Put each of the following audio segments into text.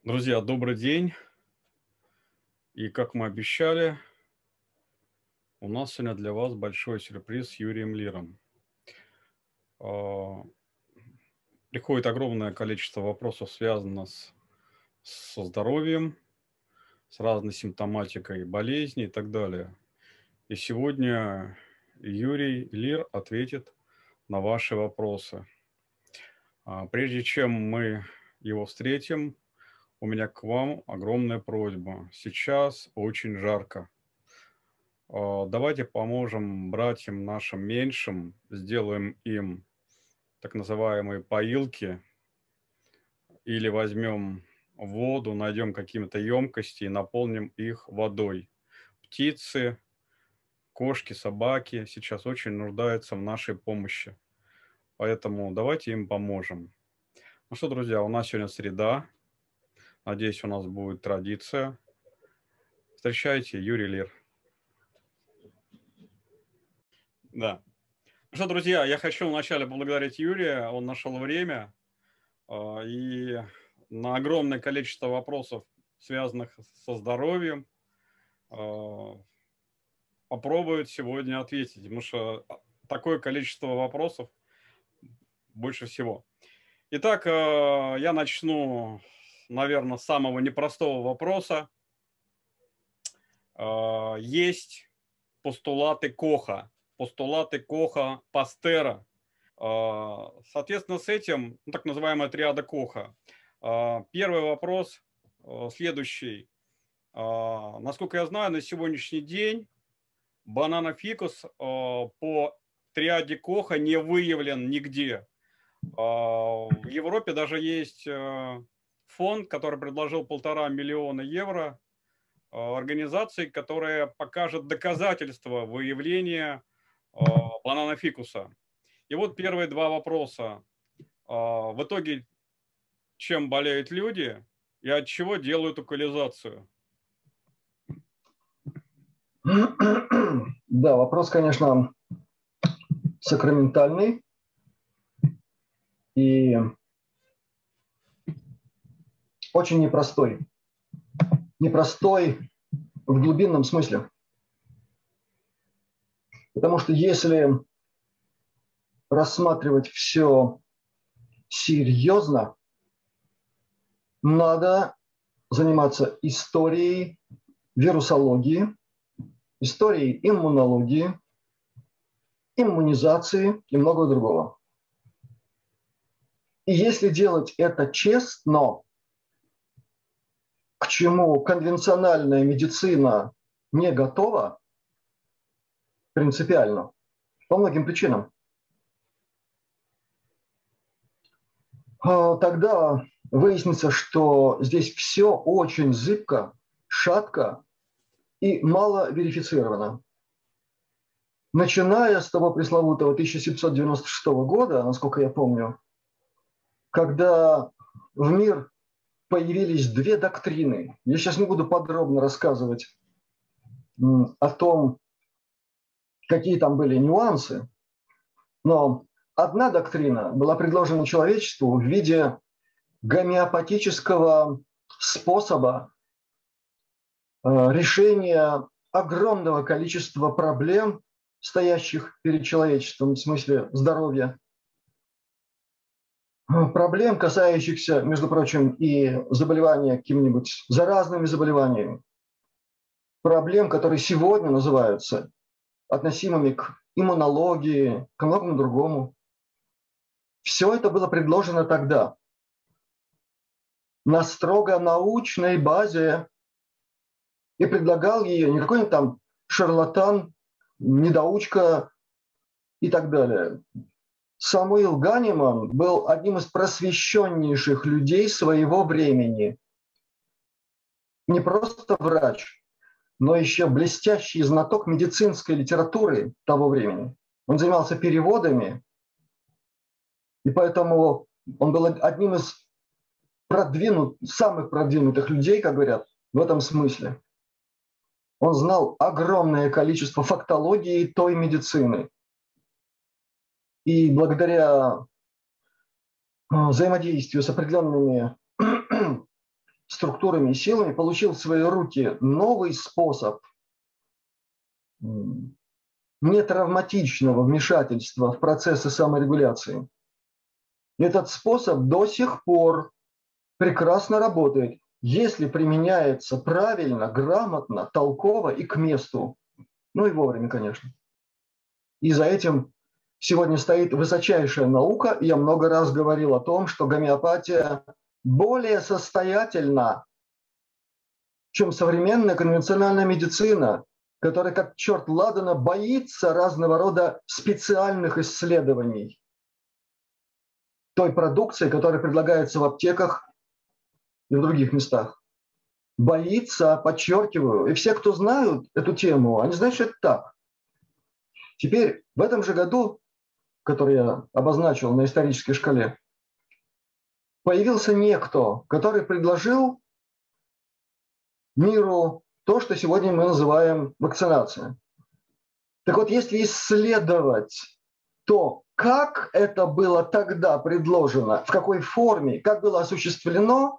Друзья, добрый день. И как мы обещали, у нас сегодня для вас большой сюрприз с Юрием Лиром. А, Приходит огромное количество вопросов, связанных со здоровьем, с разной симптоматикой болезней и так далее. И сегодня Юрий Лир ответит на ваши вопросы. Прежде чем мы его встретим, у меня к вам огромная просьба. Сейчас очень жарко. Давайте поможем братьям нашим меньшим, сделаем им так называемые поилки или возьмем воду, найдем какие-то емкости и наполним их водой. Птицы, кошки, собаки сейчас очень нуждаются в нашей помощи, поэтому давайте им поможем. Ну что, друзья, у нас сегодня среда, надеюсь, у нас будет традиция. Встречайте, Юрий Лир. Да. Ну что, друзья, я хочу вначале поблагодарить Юрия, он нашел время. И на огромное количество вопросов, связанных со здоровьем, а, попробует сегодня ответить, потому что такое количество вопросов больше всего. Итак, я начну, наверное, с самого непростого вопроса. Есть постулаты Коха, Пастера. Соответственно, с этим, ну, так называемая триада Коха. Первый вопрос следующий. Насколько я знаю, на сегодняшний день бананофикус по триаде Коха не выявлен нигде. В Европе даже есть фонд, который предложил 1,5 миллиона евро организации, которая покажет доказательства выявления бананофикуса. И вот первые два вопроса. В итоге, чем болеют люди и от чего делают укализацию? Да, вопрос, конечно, сакраментальный и очень непростой. Непростой в глубинном смысле. Потому что если рассматривать все серьезно, надо заниматься историей вирусологии, историей иммунологии, иммунизации и многого другого. И если делать это честно, к чему конвенциональная медицина не готова принципиально, по многим причинам, тогда выяснится, что здесь все очень зыбко, шатко и мало верифицировано. Начиная с того пресловутого 1796 года, насколько я помню, когда в мир появились две доктрины. Я сейчас не буду подробно рассказывать о том, какие там были нюансы, но одна доктрина была предложена человечеству в виде гомеопатического способа решения огромного количества проблем, стоящих перед человечеством в смысле здоровья. Проблем, касающихся, между прочим, и заболевания какими-нибудь заразными заболеваниями. Проблем, которые сегодня называются относимыми к иммунологии, к многому другому. Все это было предложено тогда на строго научной базе, и предлагал ее не какой-нибудь там шарлатан, недоучка и так далее. Самуил Ганиман был одним из просвещеннейших людей своего времени. Не просто врач, но еще блестящий знаток медицинской литературы того времени. Он занимался переводами, и поэтому он был одним из самых продвинутых людей, как говорят, в этом смысле. Он знал огромное количество фактологии той медицины. И благодаря взаимодействию с определенными структурами и силами получил в свои руки новый способ нетравматичного вмешательства в процессы саморегуляции. Этот способ до сих пор прекрасно работает, если применяется правильно, грамотно, толково и к месту. Ну и вовремя, конечно. И за этим сегодня стоит высочайшая наука. Я много раз говорил о том, что гомеопатия более состоятельна, чем современная конвенциональная медицина, которая, как черт ладана, боится разного рода специальных исследований той продукции, которая предлагается в аптеках и в других местах. Боится, подчеркиваю. И все, кто знают эту тему, они знают, что это так. Теперь в этом же году, который я обозначил на исторической шкале, появился некто, который предложил миру то, что сегодня мы называем вакцинацией. Так вот, если исследовать то, как это было тогда предложено, в какой форме, как было осуществлено,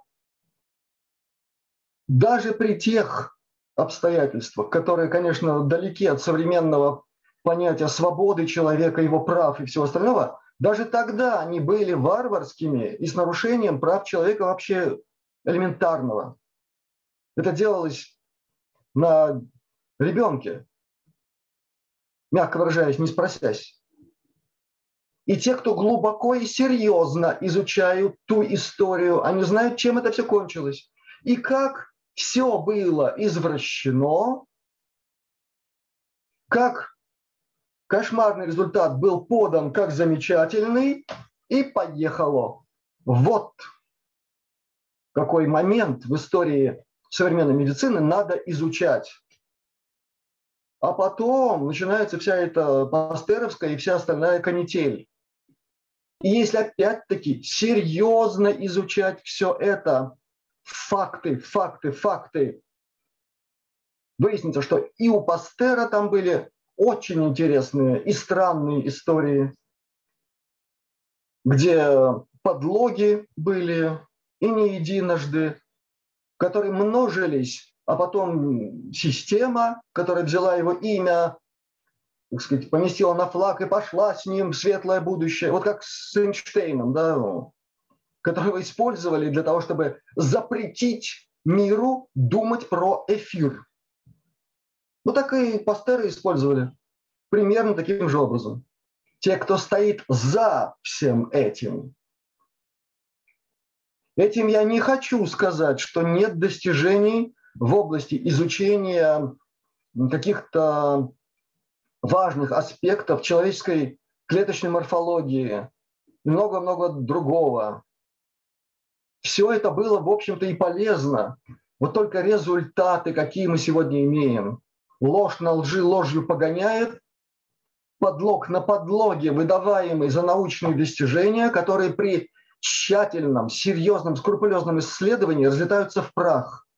даже при тех обстоятельствах, которые, конечно, далеки от современного понятия свободы человека, его прав и всего остального, даже тогда они были варварскими и с нарушением прав человека вообще элементарного. Это делалось на ребенке, мягко выражаясь, не спросясь. И те, кто глубоко и серьезно изучают ту историю, они знают, чем это все кончилось. И как все было извращено, как кошмарный результат был подан как замечательный, и поехало. Вот какой момент в истории современной медицины надо изучать. А потом начинается вся эта пастеровская и вся остальная канитель. И если опять-таки серьезно изучать все это, факты, выяснится, что и у Пастера там были очень интересные и странные истории, где подлоги были и не единожды, которые множились, а потом система, которая взяла его имя, так сказать, поместила на флаг и пошла с ним в светлое будущее. Вот как с Эйнштейном, да, которого использовали для того, чтобы запретить миру думать про эфир. Ну так и Пастера использовали примерно таким же образом. Те, кто стоит за всем этим. Этим я не хочу сказать, что нет достижений в области изучения каких-то важных аспектов человеческой клеточной морфологии и много-много другого. Все это было, в общем-то, и полезно. Вот только результаты, какие мы сегодня имеем. Ложь на лжи ложью погоняет, подлог на подлоге, выдаваемый за научные достижения, которые при тщательном, серьезном, скрупулезном исследовании разлетаются в прах.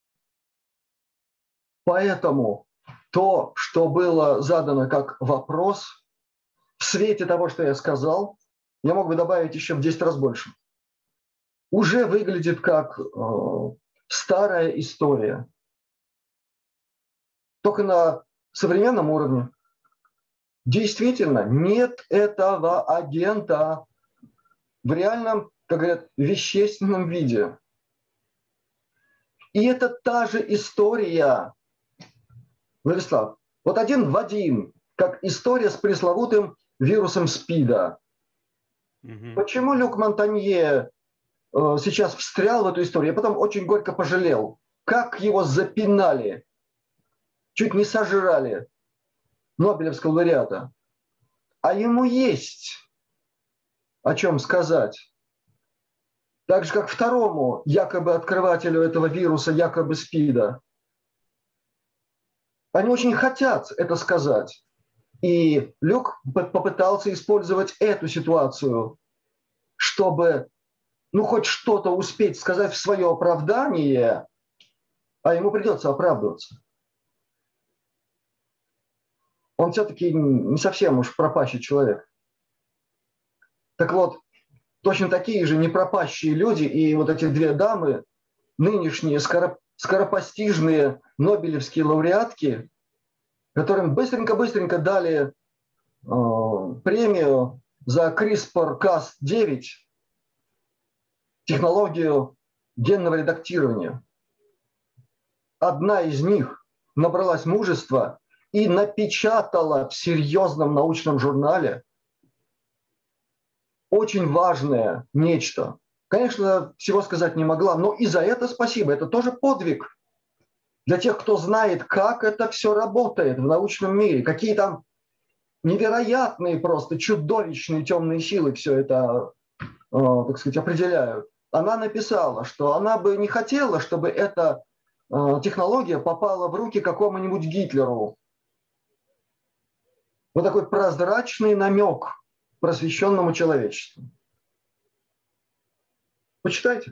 Поэтому то, что было задано как вопрос, в свете того, что я сказал, я мог бы добавить еще в 10 раз больше, уже выглядит как старая история. Только на современном уровне. Действительно, нет этого агента в реальном, как говорят, вещественном виде. И это та же история, Владислав, вот один в один, как история с пресловутым вирусом СПИДа. Почему Люк Монтанье сейчас встрял в эту историю, я потом очень горько пожалел, как его запинали, чуть не сожрали Нобелевского лауреата. А ему есть о чем сказать. Так же, как второму якобы открывателю этого вируса, якобы СПИДа. Они очень хотят это сказать. И Люк попытался использовать эту ситуацию, чтобы хоть что-то успеть сказать в свое оправдание, а ему придется оправдываться. Он все-таки не совсем уж пропащий человек. Так вот, точно такие же непропащие люди, и вот эти две дамы, нынешние скоропостижные нобелевские лауреатки, которым быстренько-быстренько дали премию за CRISPR-Cas9, технологию генного редактирования. Одна из них набралась мужества и напечатала в серьезном научном журнале очень важное нечто. Конечно, всего сказать не могла, но и за это спасибо. Это тоже подвиг для тех, кто знает, как это все работает в научном мире, какие там невероятные, просто чудовищные темные силы все это, так сказать, определяют. Она написала, что она бы не хотела, чтобы эта технология попала в руки какому-нибудь Гитлеру. Вот такой прозрачный намек просвещенному человечеству. Почитайте.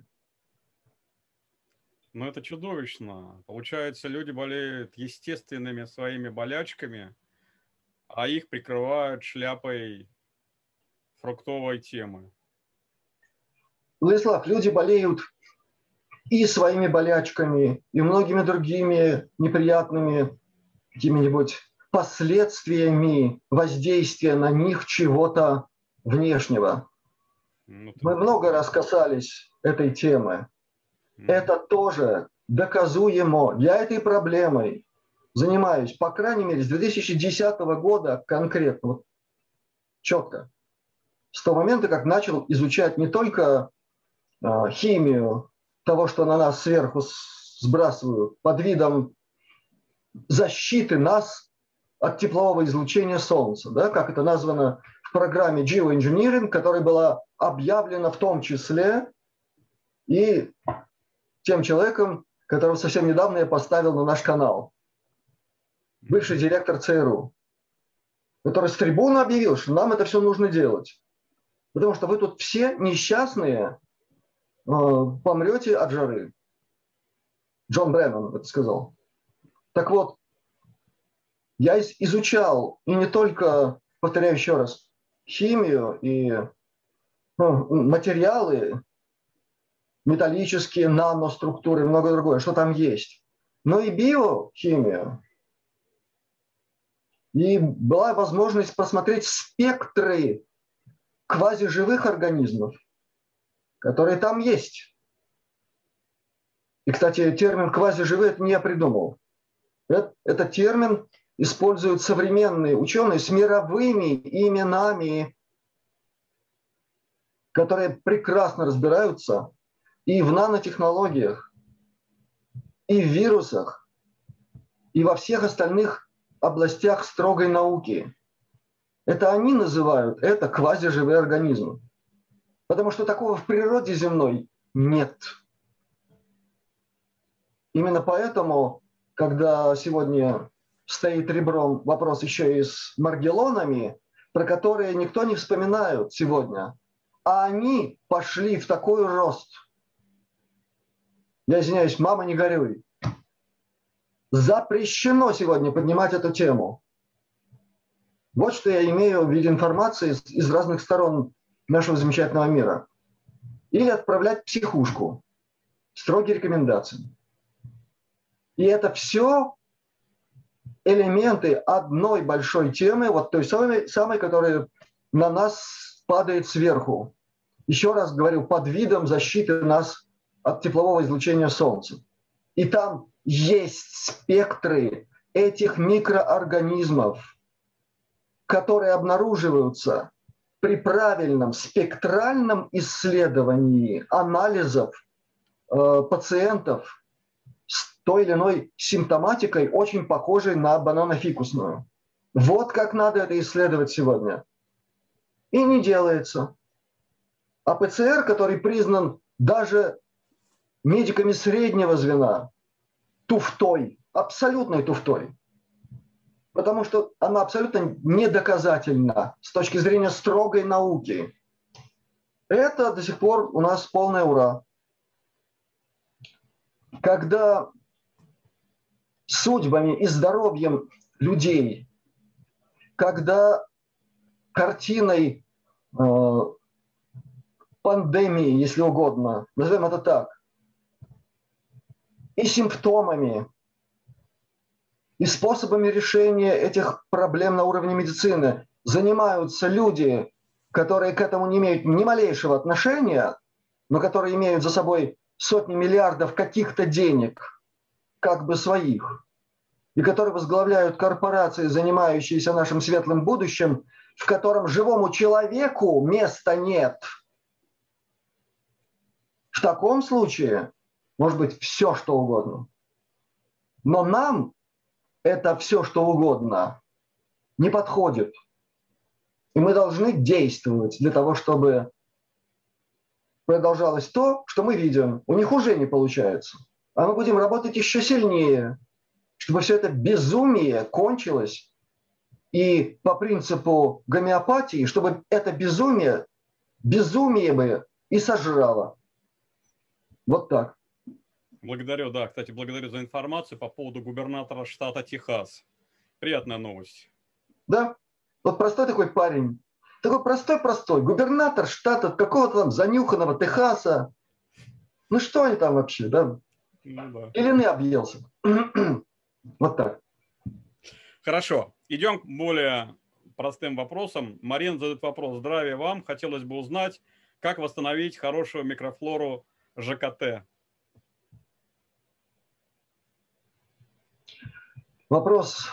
Ну, это чудовищно. Получается, люди болеют естественными своими болячками, а их прикрывают шляпой фруктовой темы. Владислав, люди болеют и своими болячками, и многими другими неприятными какими-нибудь последствиями воздействия на них чего-то внешнего. Мы много раз касались этой темы. Это тоже доказуемо. Я этой проблемой занимаюсь, по крайней мере, с 2010 года конкретно, вот, четко. С того момента, как начал изучать не только химию того, что на нас сверху сбрасывают под видом защиты нас от теплового излучения Солнца, да, как это названо в программе Geoengineering, которая была объявлена в том числе и тем человеком, которого совсем недавно я поставил на наш канал, бывший директор ЦРУ, который с трибуны объявил, что нам это все нужно делать, потому что вы тут все несчастные помрете от жары. Джон Бреннан это сказал. Так вот, я изучал и не только, повторяю еще раз, химию и материалы, металлические, наноструктуры, многое другое, что там есть, но и биохимию. И была возможность посмотреть спектры квазиживых организмов, которые там есть. И, кстати, термин «квазиживые» это не я придумал. Этот термин используют современные ученые с мировыми именами, которые прекрасно разбираются и в нанотехнологиях, и в вирусах, и во всех остальных областях строгой науки. Это они называют это квазиживые организмы. Потому что такого в природе земной нет. Именно поэтому, когда сегодня стоит ребром вопрос еще и с Маргеллонами, про которые никто не вспоминает сегодня, а они пошли в такой рост. Я извиняюсь, мама, не горюй. Запрещено сегодня поднимать эту тему. Вот что я имею в виде информации из разных сторон нашего замечательного мира. Или отправлять в психушку. Строгие рекомендации. И это все элементы одной большой темы, вот той самой, которая на нас падает сверху. Еще раз говорю, под видом защиты нас от теплового излучения Солнца. И там есть спектры этих микроорганизмов, которые обнаруживаются при правильном спектральном исследовании анализов пациентов с той или иной симптоматикой, очень похожей на бананофикусную. Вот как надо это исследовать сегодня. И не делается. А ПЦР, который признан даже медиками среднего звена туфтой, абсолютной туфтой, потому что она абсолютно недоказательна с точки зрения строгой науки. Это до сих пор у нас полное ура. Когда судьбами и здоровьем людей, когда картиной пандемии, если угодно, назовем это так, и симптомами, и способами решения этих проблем на уровне медицины занимаются люди, которые к этому не имеют ни малейшего отношения, но которые имеют за собой сотни миллиардов каких-то денег, как бы своих, и которые возглавляют корпорации, занимающиеся нашим светлым будущим, в котором живому человеку места нет. В таком случае может быть все, что угодно. Но нам это все, что угодно, не подходит. И мы должны действовать для того, чтобы продолжалось то, что мы видим. У них уже не получается. А мы будем работать еще сильнее, чтобы все это безумие кончилось. И по принципу гомеопатии, чтобы это безумие бы и сожрало. Вот так. Благодарю, да, кстати, благодарю за информацию по поводу губернатора штата Техас. Приятная новость. Да, вот простой такой парень, такой простой, губернатор штата какого-то там занюханного Техаса. Ну что они там вообще, да? Ну, да. Пелены объелся. Вот так. Хорошо, идем к более простым вопросам. Марина задает вопрос. Здравия вам. Хотелось бы узнать, как восстановить хорошую микрофлору ЖКТ. Вопрос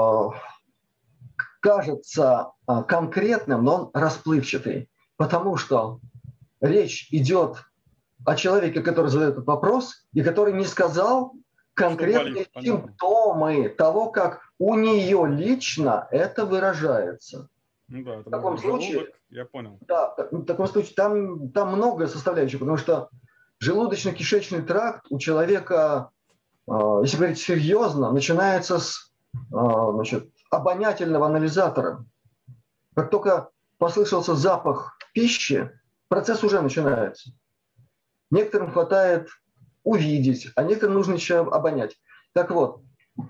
кажется конкретным, но он расплывчатый, потому что речь идет о человеке, который задает этот вопрос и который не сказал конкретные симптомы того, как у нее лично это выражается. Ну да, это в таком случае, желудок, я понял. Да, в таком случае там много составляющих, потому что желудочно-кишечный тракт у человека, если говорить серьезно, начинается с обонятельного анализатора. Как только послышался запах пищи, процесс уже начинается. Некоторым хватает увидеть, а некоторым нужно еще обонять. Так вот,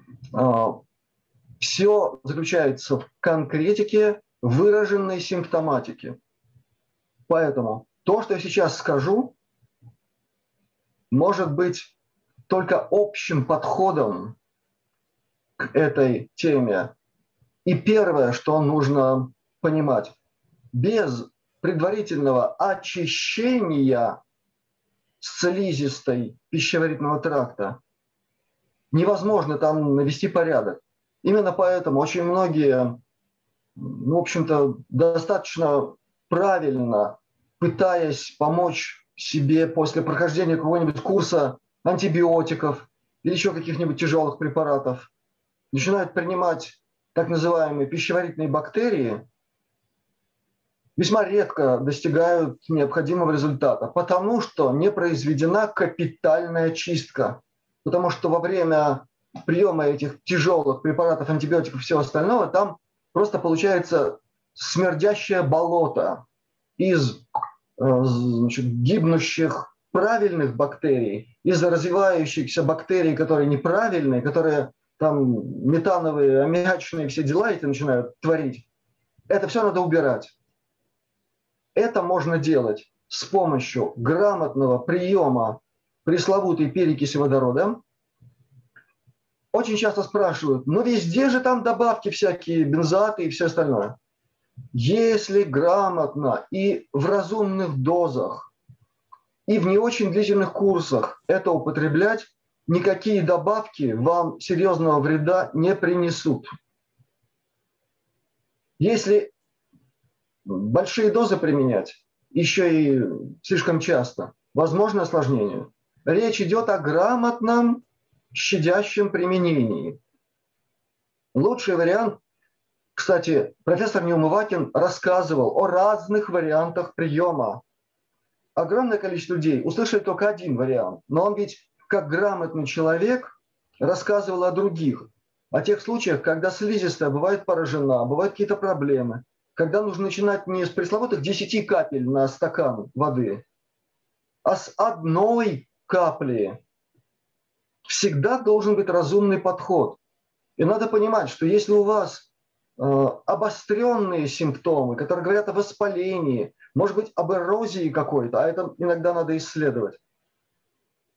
все заключается в конкретике, выраженной симптоматике. Поэтому то, что я сейчас скажу, может быть только общим подходом к этой теме. И первое, что нужно понимать, без предварительного очищения слизистой пищеварительного тракта невозможно там навести порядок. Именно поэтому очень многие, в общем-то, достаточно правильно, пытаясь помочь себе после прохождения какого-нибудь курса антибиотиков или еще каких-нибудь тяжелых препаратов, начинают принимать так называемые пищеварительные бактерии, весьма редко достигают необходимого результата, потому что не произведена капитальная чистка. Потому что во время приема этих тяжелых препаратов, антибиотиков и всего остального, там просто получается смердящее болото из гибнущих правильных бактерий, из развивающихся бактерий, которые неправильные, которые там метановые, аммиачные все дела эти начинают творить. Это все надо убирать. Это можно делать с помощью грамотного приема пресловутой перекиси водорода. Очень часто спрашивают, ну везде же там добавки всякие, бензаты и все остальное. Если грамотно и в разумных дозах, и в не очень длительных курсах это употреблять, никакие добавки вам серьезного вреда не принесут. Если большие дозы применять, еще и слишком часто, возможно осложнение. Речь идет о грамотном, щадящем применении. Лучший вариант, кстати, профессор Неумывакин рассказывал о разных вариантах приема. Огромное количество людей услышали только один вариант, но он ведь, как грамотный человек, рассказывал о других, о тех случаях, когда слизистая бывает поражена, бывают какие-то проблемы, когда нужно начинать не с пресловутых 10 капель на стакан воды, а с одной капли. Всегда должен быть разумный подход. И надо понимать, что если у вас обостренные симптомы, которые говорят о воспалении, может быть, об эрозии какой-то, а это иногда надо исследовать. Ну,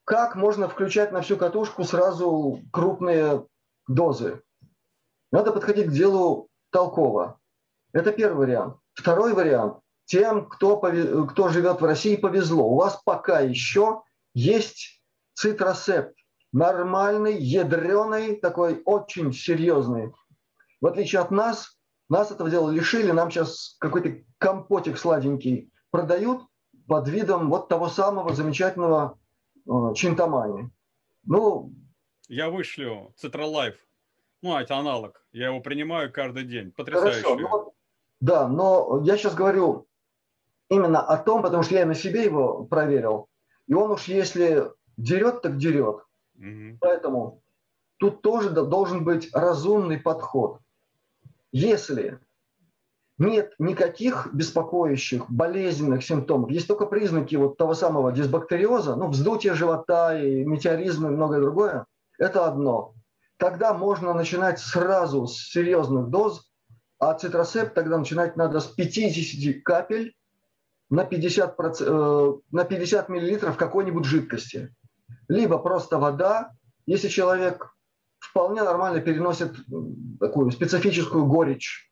как можно включать на всю катушку сразу крупные дозы? Надо подходить к делу толково. Это первый вариант. Второй вариант. Тем, кто живет в России, повезло. У вас пока еще есть цитросепт. Нормальный, ядреный, такой очень серьезный. В отличие от нас этого дела лишили. Нам сейчас какой-то компотик сладенький продают под видом вот того самого замечательного чинтамани. Ну, я вышлю Цитролайф. Ну, это аналог. Я его принимаю каждый день. Потрясающе. Хорошо, да, но я сейчас говорю именно о том, потому что я на себе его проверил. И он уж если дерет, так дерет. Угу. Поэтому тут тоже должен быть разумный подход. Если нет никаких беспокоящих, болезненных симптомов, есть только признаки вот того самого дисбактериоза, ну, вздутие живота и метеоризм и многое другое, это одно. Тогда можно начинать сразу с серьезных доз, а цитросепт тогда начинать надо с 50 капель на 50 миллилитров какой-нибудь жидкости. Либо просто вода, если человек вполне нормально переносит такую специфическую горечь.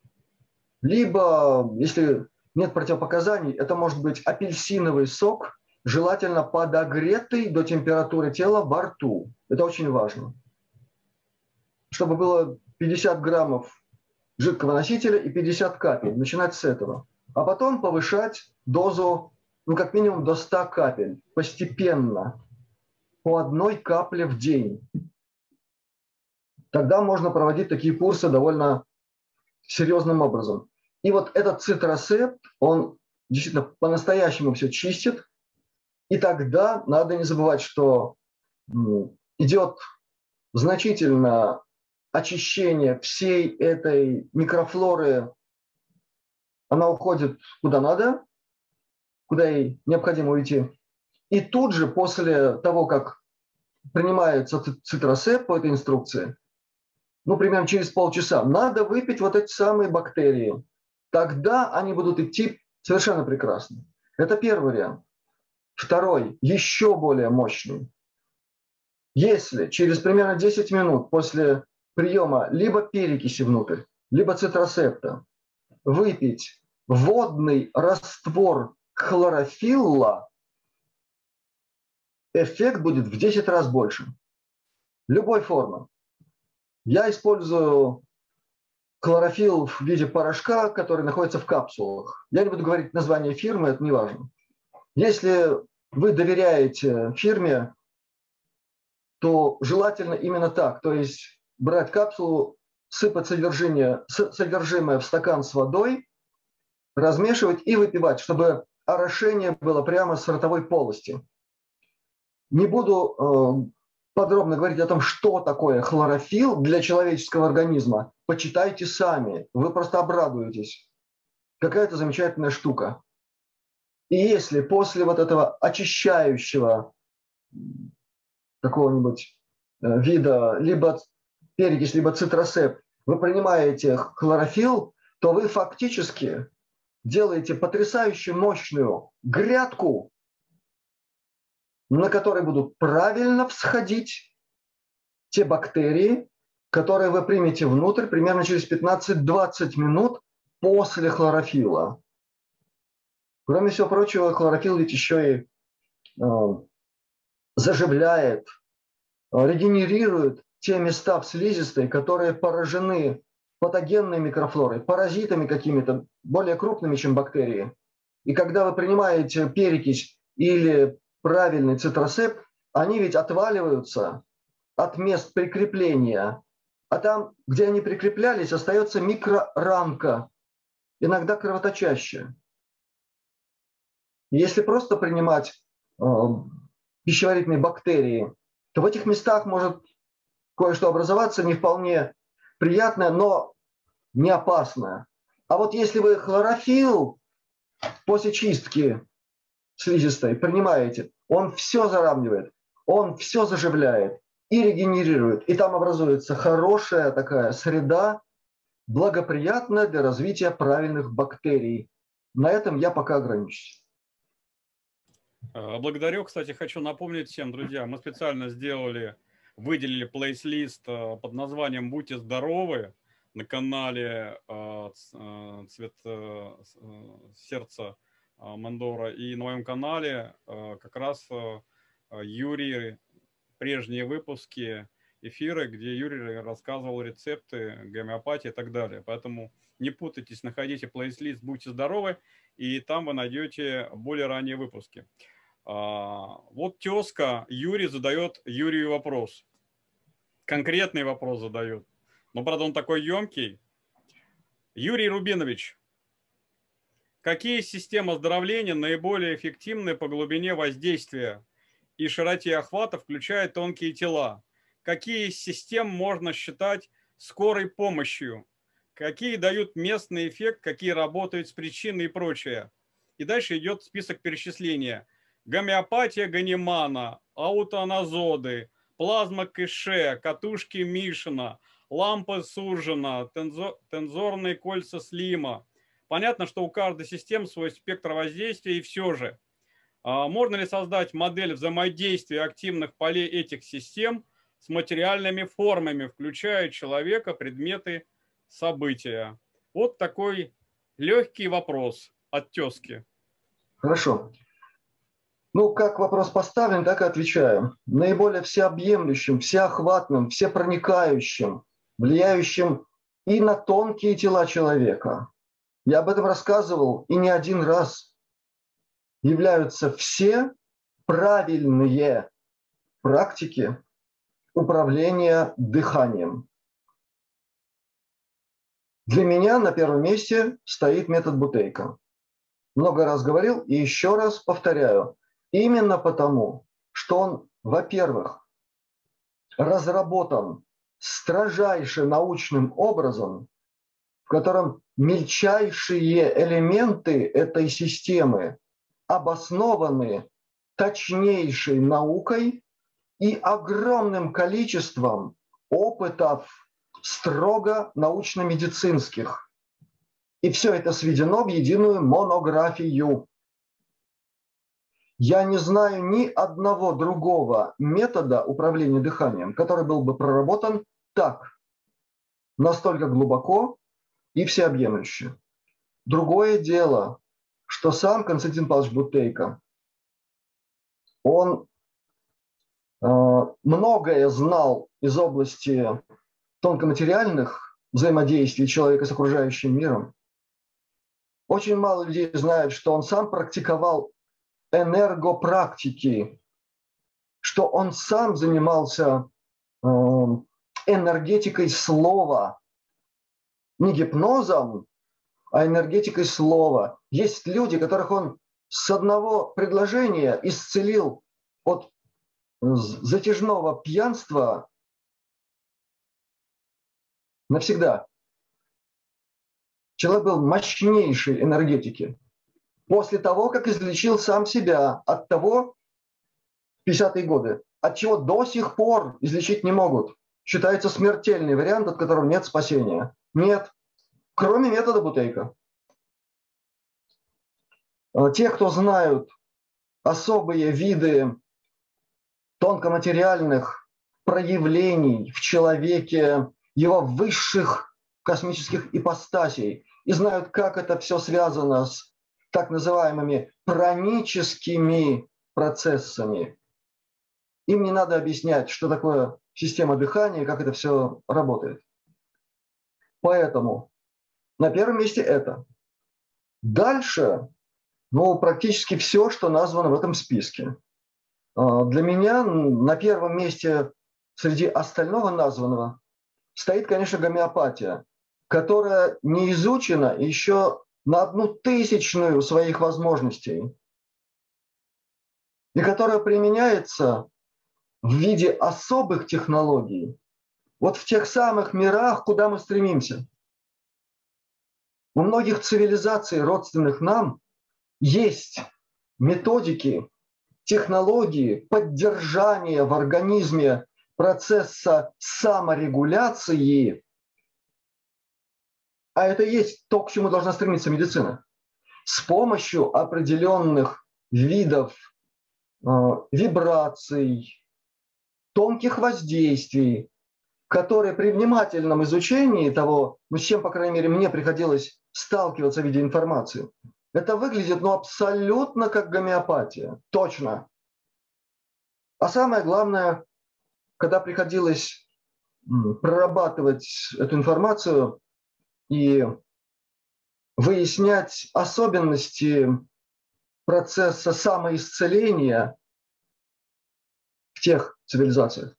Либо, если нет противопоказаний, это может быть апельсиновый сок, желательно подогретый до температуры тела во рту. Это очень важно. Чтобы было 50 граммов жидкого носителя и 50 капель. Начинать с этого. А потом повышать дозу, ну, как минимум до 100 капель. Постепенно. По одной капле в день. Тогда можно проводить такие курсы довольно серьезным образом. И вот этот цитросепт, он действительно по-настоящему все чистит. И тогда надо не забывать, что идет значительно очищение всей этой микрофлоры. Она уходит куда надо, куда ей необходимо уйти. И тут же, после того, как принимается цитросепт по этой инструкции, ну, примерно через полчаса, надо выпить вот эти самые бактерии. Тогда они будут идти совершенно прекрасно. Это первый вариант. Второй, еще более мощный. Если через примерно 10 минут после приема либо перекиси внутрь, либо цитросепта выпить водный раствор хлорофилла, эффект будет в 10 раз больше. Любой формы. Я использую хлорофилл в виде порошка, который находится в капсулах. Я не буду говорить название фирмы, это не важно. Если вы доверяете фирме, то желательно именно так. То есть брать капсулу, сыпать содержимое в стакан с водой, размешивать и выпивать, чтобы орошение было прямо с ротовой полости. Не буду подробно говорить о том, что такое хлорофилл для человеческого организма. Почитайте сами, вы просто обрадуетесь. Какая-то замечательная штука. И если после вот этого очищающего какого-нибудь вида, либо перекись, либо цитросепт, вы принимаете хлорофилл, то вы фактически делаете потрясающе мощную грядку, на которой будут правильно всходить те бактерии, которые вы примете внутрь примерно через 15-20 минут после хлорофилла. Кроме всего прочего, хлорофилл ведь еще и заживляет, регенерирует те места в слизистой, которые поражены патогенной микрофлорой, паразитами какими-то, более крупными, чем бактерии. И когда вы принимаете перекись или правильный цитросепт, они ведь отваливаются от мест прикрепления. А там, где они прикреплялись, остается микрорамка, иногда кровоточащая. Если просто принимать пищеварительные бактерии, то в этих местах может кое-что образоваться не вполне приятное, но не опасное. А вот если вы хлорофилл после чистки слизистой принимаете, он все заравнивает, он все заживляет и регенерирует. И там образуется хорошая такая среда, благоприятная для развития правильных бактерий. На этом я пока ограничусь. Благодарю. Кстати, хочу напомнить всем, друзья, мы специально выделили плейлист под названием «Будьте здоровы» на канале «Цвет сердца» Мандора. И на моем канале как раз Юрий, прежние выпуски, эфиры, где Юрий рассказывал рецепты гомеопатии и так далее. Поэтому не путайтесь, находите плейлист «Будьте здоровы», и там вы найдете более ранние выпуски. Вот тезка Юрий задает Юрию вопрос. Конкретный вопрос задает. Но, правда, он такой емкий. Юрий Рубинович, какие системы оздоровления наиболее эффективны по глубине воздействия и широте охвата, включая тонкие тела? Какие из систем можно считать скорой помощью? Какие дают местный эффект, какие работают с причиной и прочее? И дальше идет список перечисления. Гомеопатия Ганимана, аутоаназоды, плазма Кэше, катушки Мишина, лампы Суржина, тензорные кольца Слима. Понятно, что у каждой системы свой спектр воздействия, и все же. Можно ли создать модель взаимодействия активных полей этих систем с материальными формами, включая человека, предметы, события? Вот такой легкий вопрос от тезки. Хорошо. Ну, как вопрос поставлен, так и отвечаю. Наиболее всеобъемлющим, всеохватным, всепроникающим, влияющим и на тонкие тела человека. Я об этом рассказывал и не один раз. Являются все правильные практики управления дыханием. Для меня на первом месте стоит метод Бутейко. Много раз говорил и еще раз повторяю. Именно потому, что он, во-первых, разработан строжайше научным образом, в котором мельчайшие элементы этой системы обоснованы точнейшей наукой и огромным количеством опытов строго научно-медицинских. И все это сведено в единую монографию. Я не знаю ни одного другого метода управления дыханием, который был бы проработан так, настолько глубоко и всеобъемлюще. Другое дело, что сам Константин Павлович Бутейко, он многое знал из области тонкоматериальных взаимодействий человека с окружающим миром. Очень мало людей знают, что он сам практиковал энергопрактики, что он сам занимался энергетикой слова, не гипнозом, а энергетикой слова. Есть люди, которых он с одного предложения исцелил от затяжного пьянства навсегда. Человек был мощнейшей энергетики. После того, как излечил сам себя от того, 50-е годы, от чего до сих пор излечить не могут. Считается смертельный вариант, от которого нет спасения. Нет, кроме метода Бутейко. Те, кто знают особые виды тонкоматериальных проявлений в человеке, его высших космических ипостасей, и знают, как это все связано с так называемыми праническими процессами. Им не надо объяснять, что такое система дыхания и как это все работает. Поэтому на первом месте это. Дальше, практически все, что названо в этом списке. Для меня на первом месте среди остального названного стоит, конечно, гомеопатия, которая не изучена еще на 1/1000 своих возможностей и которая применяется в виде особых технологий вот в тех самых мирах, куда мы стремимся. У многих цивилизаций, родственных нам, есть методики, технологии поддержания в организме процесса саморегуляции, а это и есть то, к чему должна стремиться медицина, с помощью определенных видов вибраций, тонких воздействий, которые при внимательном изучении того, с чем, по крайней мере, мне приходилось сталкиваться в виде информации, это выглядит абсолютно как гомеопатия. Точно. А самое главное, когда приходилось прорабатывать эту информацию и выяснять особенности процесса самоисцеления в тех цивилизациях,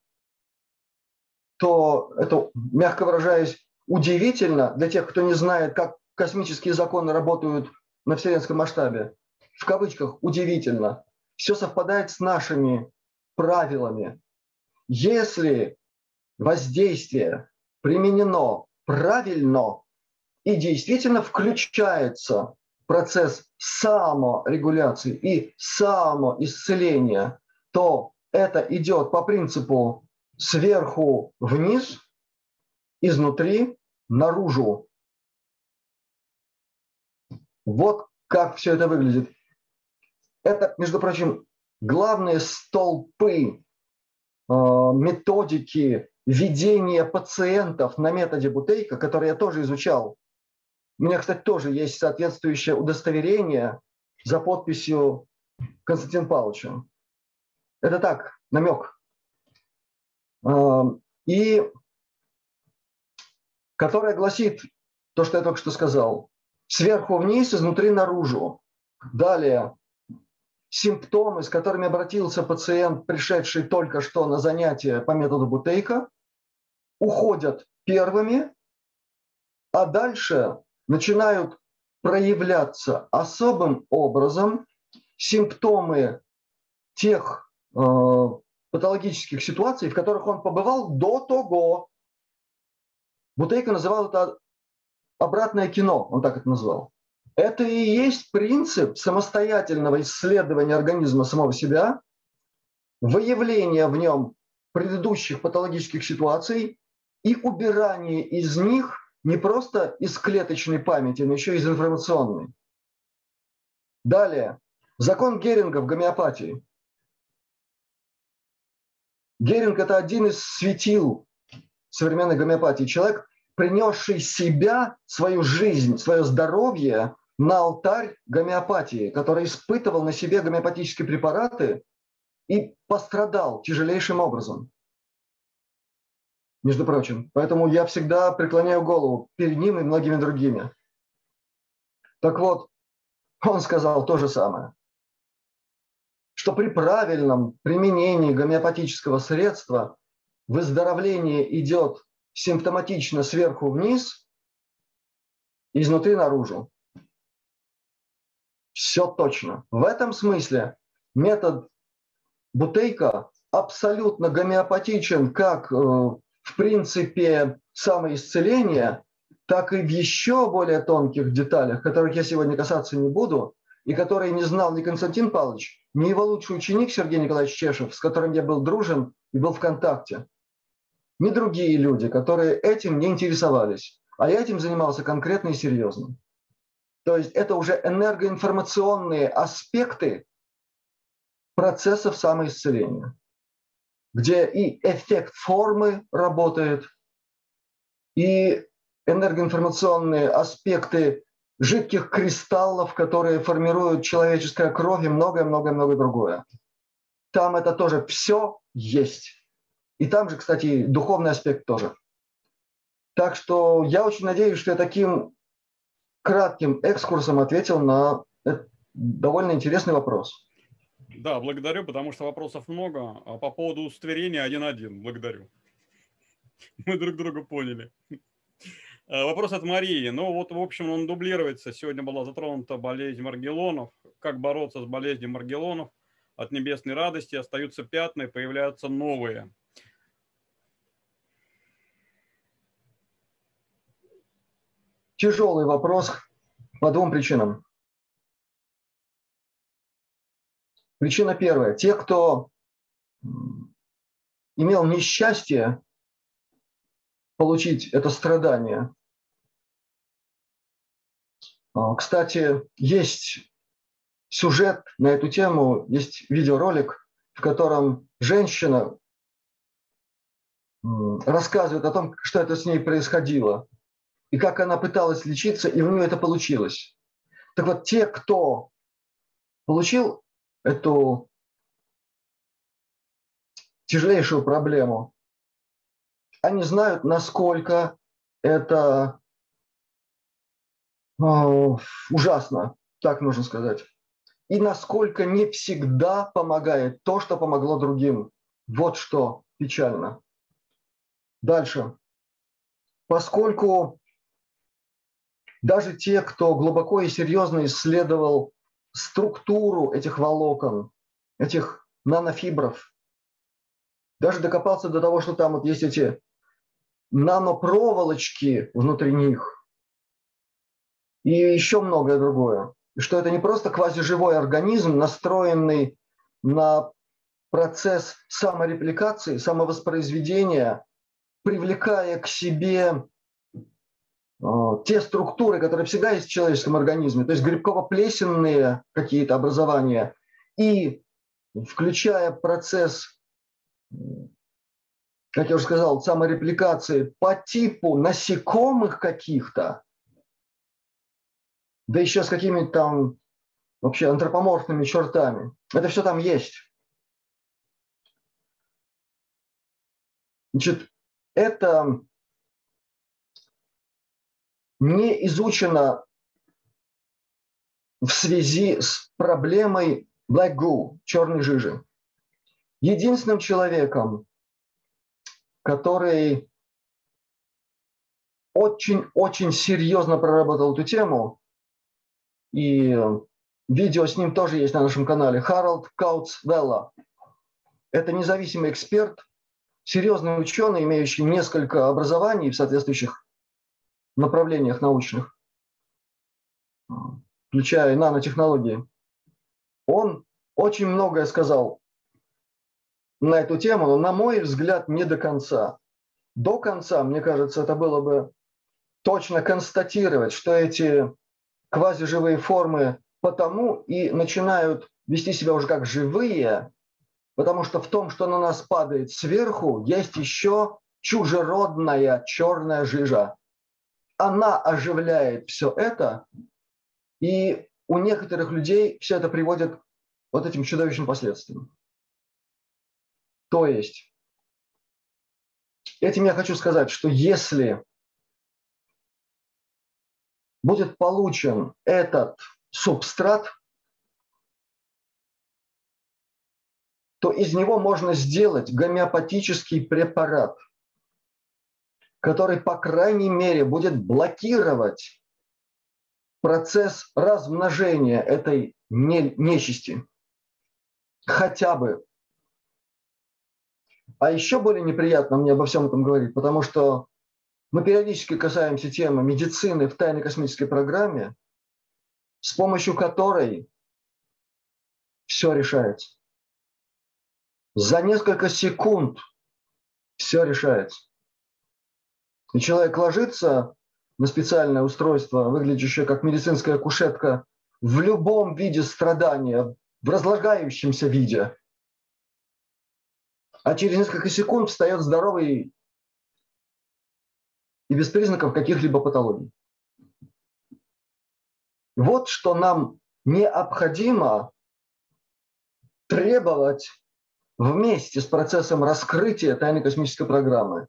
то это, мягко выражаясь, удивительно для тех, кто не знает, как космические законы работают на вселенском масштабе. В кавычках удивительно. Все совпадает с нашими правилами. Если воздействие применено правильно и действительно включается процесс саморегуляции и самоисцеления, то это идет по принципу сверху вниз, изнутри наружу. Вот как все это выглядит. Это, между прочим, главные столпы методики ведения пациентов на методе Бутейко, который я тоже изучал. У меня, кстати, тоже есть соответствующее удостоверение за подписью Константина Павловича. Это так, намек. И которая гласит то, что я только что сказал. Сверху вниз, изнутри наружу. Далее. Симптомы, с которыми обратился пациент, пришедший только что на занятие по методу Бутейко, уходят первыми, а дальше начинают проявляться особым образом симптомы тех патологических ситуаций, в которых он побывал до того. Бутейко называл это обратное кино, он так это назвал. Это и есть принцип самостоятельного исследования организма самого себя, выявления в нем предыдущих патологических ситуаций и убирания из них не просто из клеточной памяти, но еще и из информационной. Далее. Закон Геринга в гомеопатии. Геринг – это один из светил современной гомеопатии. Человек, принесший себя, свою жизнь, свое здоровье на алтарь гомеопатии, который испытывал на себе гомеопатические препараты и пострадал тяжелейшим образом. Между прочим. Поэтому я всегда преклоняю голову перед ним и многими другими. Так вот, он сказал то же самое, что при правильном применении гомеопатического средства выздоровление идет симптоматично сверху вниз, изнутри наружу. Все точно. В этом смысле метод Бутейко абсолютно гомеопатичен как в принципе самоисцеления, так и в еще более тонких деталях, которых я сегодня касаться не буду, и которые не знал ни Константин Павлович, ни его лучший ученик Сергей Николаевич Чешев, с которым я был дружен и был в контакте, ни другие люди, которые этим не интересовались. А я этим занимался конкретно и серьезно. То есть это уже энергоинформационные аспекты процессов самоисцеления, где и эффект формы работает, и энергоинформационные аспекты жидких кристаллов, которые формируют человеческая кровь и многое-многое-многое другое. Там это тоже все есть. И там же, кстати, духовный аспект тоже. Так что я очень надеюсь, что я таким кратким экскурсом ответил на довольно интересный вопрос. Да, благодарю, потому что вопросов много. А по поводу удостоверения 1.1. Благодарю. Мы друг друга поняли. Вопрос от Марии. Ну вот, в общем, он дублируется. Сегодня была затронута болезнь Маргеллонов. Как бороться с болезнью Маргеллонов? От небесной радости остаются пятна и появляются новые. Тяжелый вопрос по двум причинам. Причина первая. Те, кто имел несчастье получить это страдание. Кстати, есть сюжет на эту тему, есть видеоролик, в котором женщина рассказывает о том, что это с ней происходило, и как она пыталась лечиться, и у нее это получилось. Так вот, те, кто получил эту тяжелейшую проблему, они знают, насколько это ужасно, так можно сказать. И насколько не всегда помогает то, что помогло другим. Вот что печально. Дальше. Поскольку даже те, кто глубоко и серьезно исследовал структуру этих волокон, этих нанофибров, даже докопался до того, что там вот есть эти нанопроволочки внутри них и еще многое другое. И что это не просто квазиживой организм, настроенный на процесс саморепликации, самовоспроизведения, привлекая к себе те структуры, которые всегда есть в человеческом организме, то есть грибково-плесенные какие-то образования, и включая процесс, как я уже сказал, саморепликации по типу насекомых каких-то, да еще с какими-то там вообще антропоморфными чертами. Это все там есть. Значит, это не изучено в связи с проблемой black goo, черной жижи. Единственным человеком, который очень-очень серьезно проработал эту тему, и видео с ним тоже есть на нашем канале, Харальд Каутс-Велла. Это независимый эксперт, серьезный ученый, имеющий несколько образований в соответствующих направлениях научных, включая нанотехнологии. Он очень многое сказал на эту тему, но, на мой взгляд, не до конца. До конца, мне кажется, это было бы точно констатировать, что эти квазиживые формы потому и начинают вести себя уже как живые, потому что в том, что на нас падает сверху, есть еще чужеродная черная жижа. Она оживляет все это, и у некоторых людей все это приводит к вот этим чудовищным последствиям. То есть, этим я хочу сказать, что если будет получен этот субстрат, то из него можно сделать гомеопатический препарат, который, по крайней мере, будет блокировать процесс размножения этой нечисти. Хотя бы. А еще более неприятно мне обо всем этом говорить, потому что мы периодически касаемся темы медицины в тайной космической программе, с помощью которой все решается. За несколько секунд все решается. И человек ложится на специальное устройство, выглядящее как медицинская кушетка, в любом виде страдания, в разлагающемся виде. А через несколько секунд встает здоровый и без признаков каких-либо патологий. Вот что нам необходимо требовать вместе с процессом раскрытия тайной космической программы.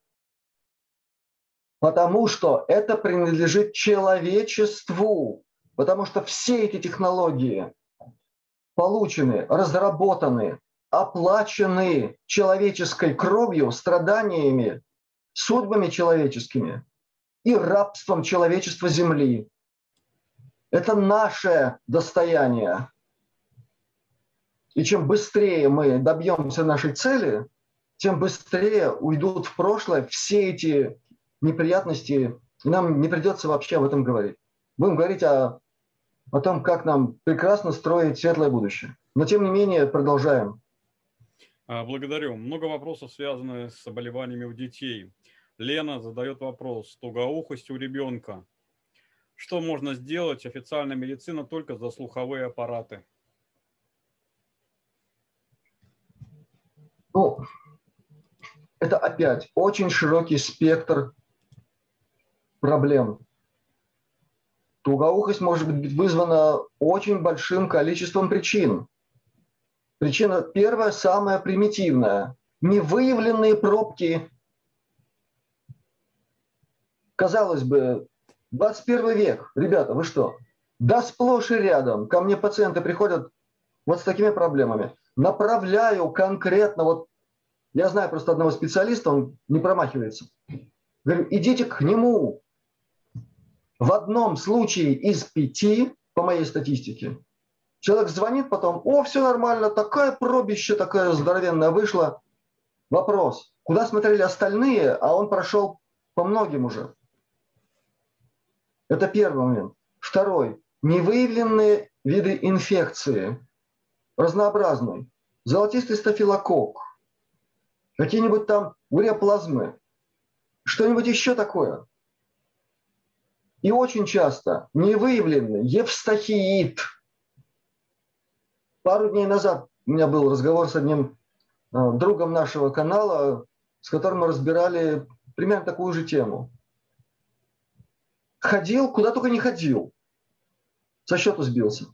Потому что это принадлежит человечеству. Потому что все эти технологии получены, разработаны, оплачены человеческой кровью, страданиями, судьбами человеческими и рабством человечества Земли. Это наше достояние. И чем быстрее мы добьемся нашей цели, тем быстрее уйдут в прошлое все эти неприятности, и нам не придется вообще об этом говорить. Будем говорить о том, как нам прекрасно строить светлое будущее. Но тем не менее продолжаем. Благодарю. Много вопросов связаны с заболеваниями у детей. Лена задает вопрос. Тугоухость у ребенка. Что можно сделать? Официальная медицина только за слуховые аппараты. Ну, это опять очень широкий спектр проблем. Тугоухость может быть вызвана очень большим количеством причин. Причина первая, самая примитивная. Невыявленные пробки. Казалось бы, 21 век. Ребята, вы что? Да сплошь и рядом. Ко мне пациенты приходят вот с такими проблемами. Направляю конкретно, вот я знаю просто одного специалиста, он не промахивается. Говорю, идите к нему. В одном случае из 5, по моей статистике, человек звонит потом, о, все нормально, такая пробище, такая здоровенная вышла. Вопрос, куда смотрели остальные, а он прошел по многим уже. Это первый момент. Второй, невыявленные виды инфекции, разнообразные. Золотистый стафилококк, какие-нибудь там уреоплазмы, что-нибудь еще такое. И очень часто невыявленный евстахиит. Пару дней назад у меня был разговор с одним другом нашего канала, с которым мы разбирали примерно такую же тему. Ходил, куда только не ходил. Со счету сбился.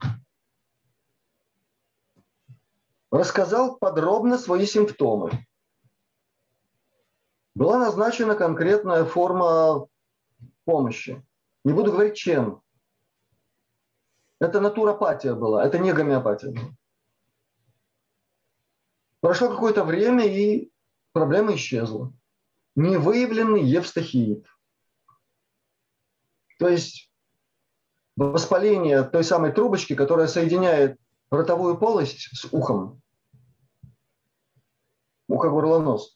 Рассказал подробно свои симптомы. Была назначена конкретная форма помощи. Не буду говорить, чем. Это натуропатия была, это не гомеопатия. Прошло какое-то время, и проблема исчезла. Невыявленный евстахиит. То есть воспаление той самой трубочки, которая соединяет ротовую полость с ухом. Ухо, горло, нос.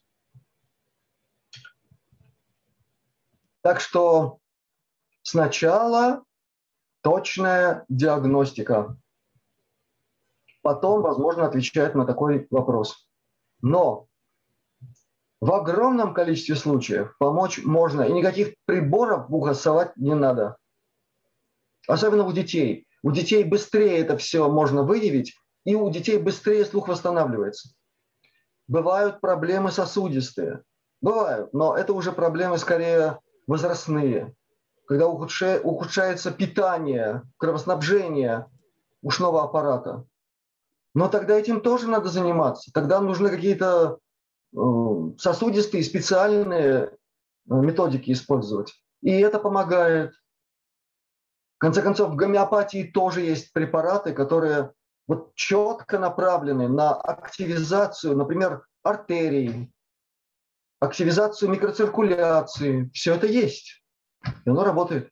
Так что сначала точная диагностика. Потом, возможно, отвечать на такой вопрос. Но в огромном количестве случаев помочь можно, и никаких приборов в ухо совать не надо. Особенно у детей. У детей быстрее это все можно выявить, и у детей быстрее слух восстанавливается. Бывают проблемы сосудистые. Бывают, но это уже проблемы скорее возрастные. Когда ухудшается питание, кровоснабжение ушного аппарата. Но тогда этим тоже надо заниматься. Тогда нужны какие-то сосудистые специальные методики использовать. И это помогает. В конце концов, в гомеопатии тоже есть препараты, которые вот четко направлены на активизацию, например, артерий, активизацию микроциркуляции. Все это есть. И оно работает.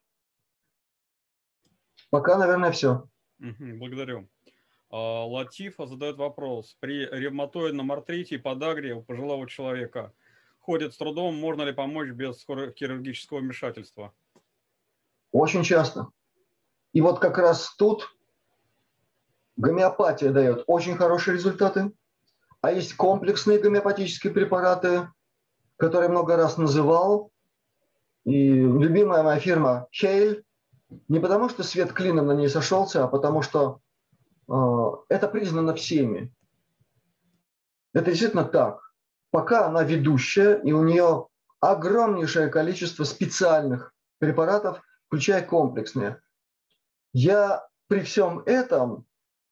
Пока, наверное, все. Благодарю. Латифа задает вопрос. При ревматоидном артрите и подагре у пожилого человека ходит с трудом, можно ли помочь без хирургического вмешательства? Очень часто. И вот как раз тут гомеопатия дает очень хорошие результаты. А есть комплексные гомеопатические препараты, которые я много раз называл. И любимая моя фирма Хейль. Не потому, что свет клином на ней сошелся, а потому что это признано всеми. Это действительно так. Пока она ведущая, и у нее огромнейшее количество специальных препаратов, включая комплексные. Я при всем этом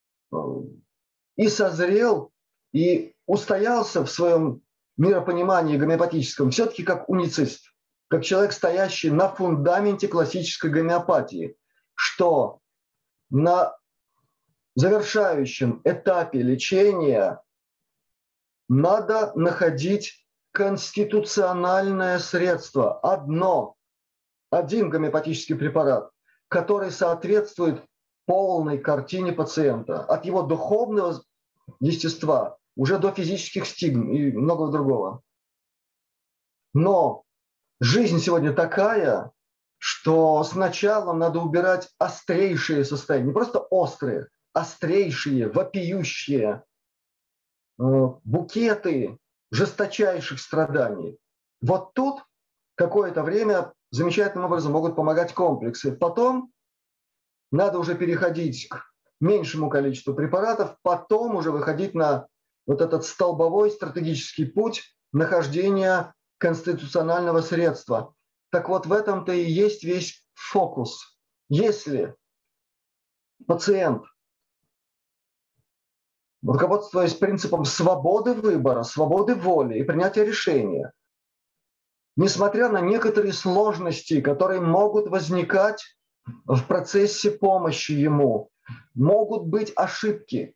и созрел, и устоялся в своем миропонимании гомеопатическом все-таки как уницист, как человек, стоящий на фундаменте классической гомеопатии, что на завершающем этапе лечения надо находить конституциональное средство, один гомеопатический препарат, который соответствует полной картине пациента, от его духовного естества уже до физических стигм и многого другого. Но жизнь сегодня такая, что сначала надо убирать острейшие состояния, не просто острые, острейшие, вопиющие букеты жесточайших страданий. Вот тут какое-то время замечательным образом могут помогать комплексы. Потом надо уже переходить к меньшему количеству препаратов, потом уже выходить на вот этот столбовой стратегический путь нахождения конституционального средства. Так вот, в этом-то и есть весь фокус. Если пациент, руководствуясь принципом свободы выбора, свободы воли и принятия решения, несмотря на некоторые сложности, которые могут возникать в процессе помощи ему, могут быть ошибки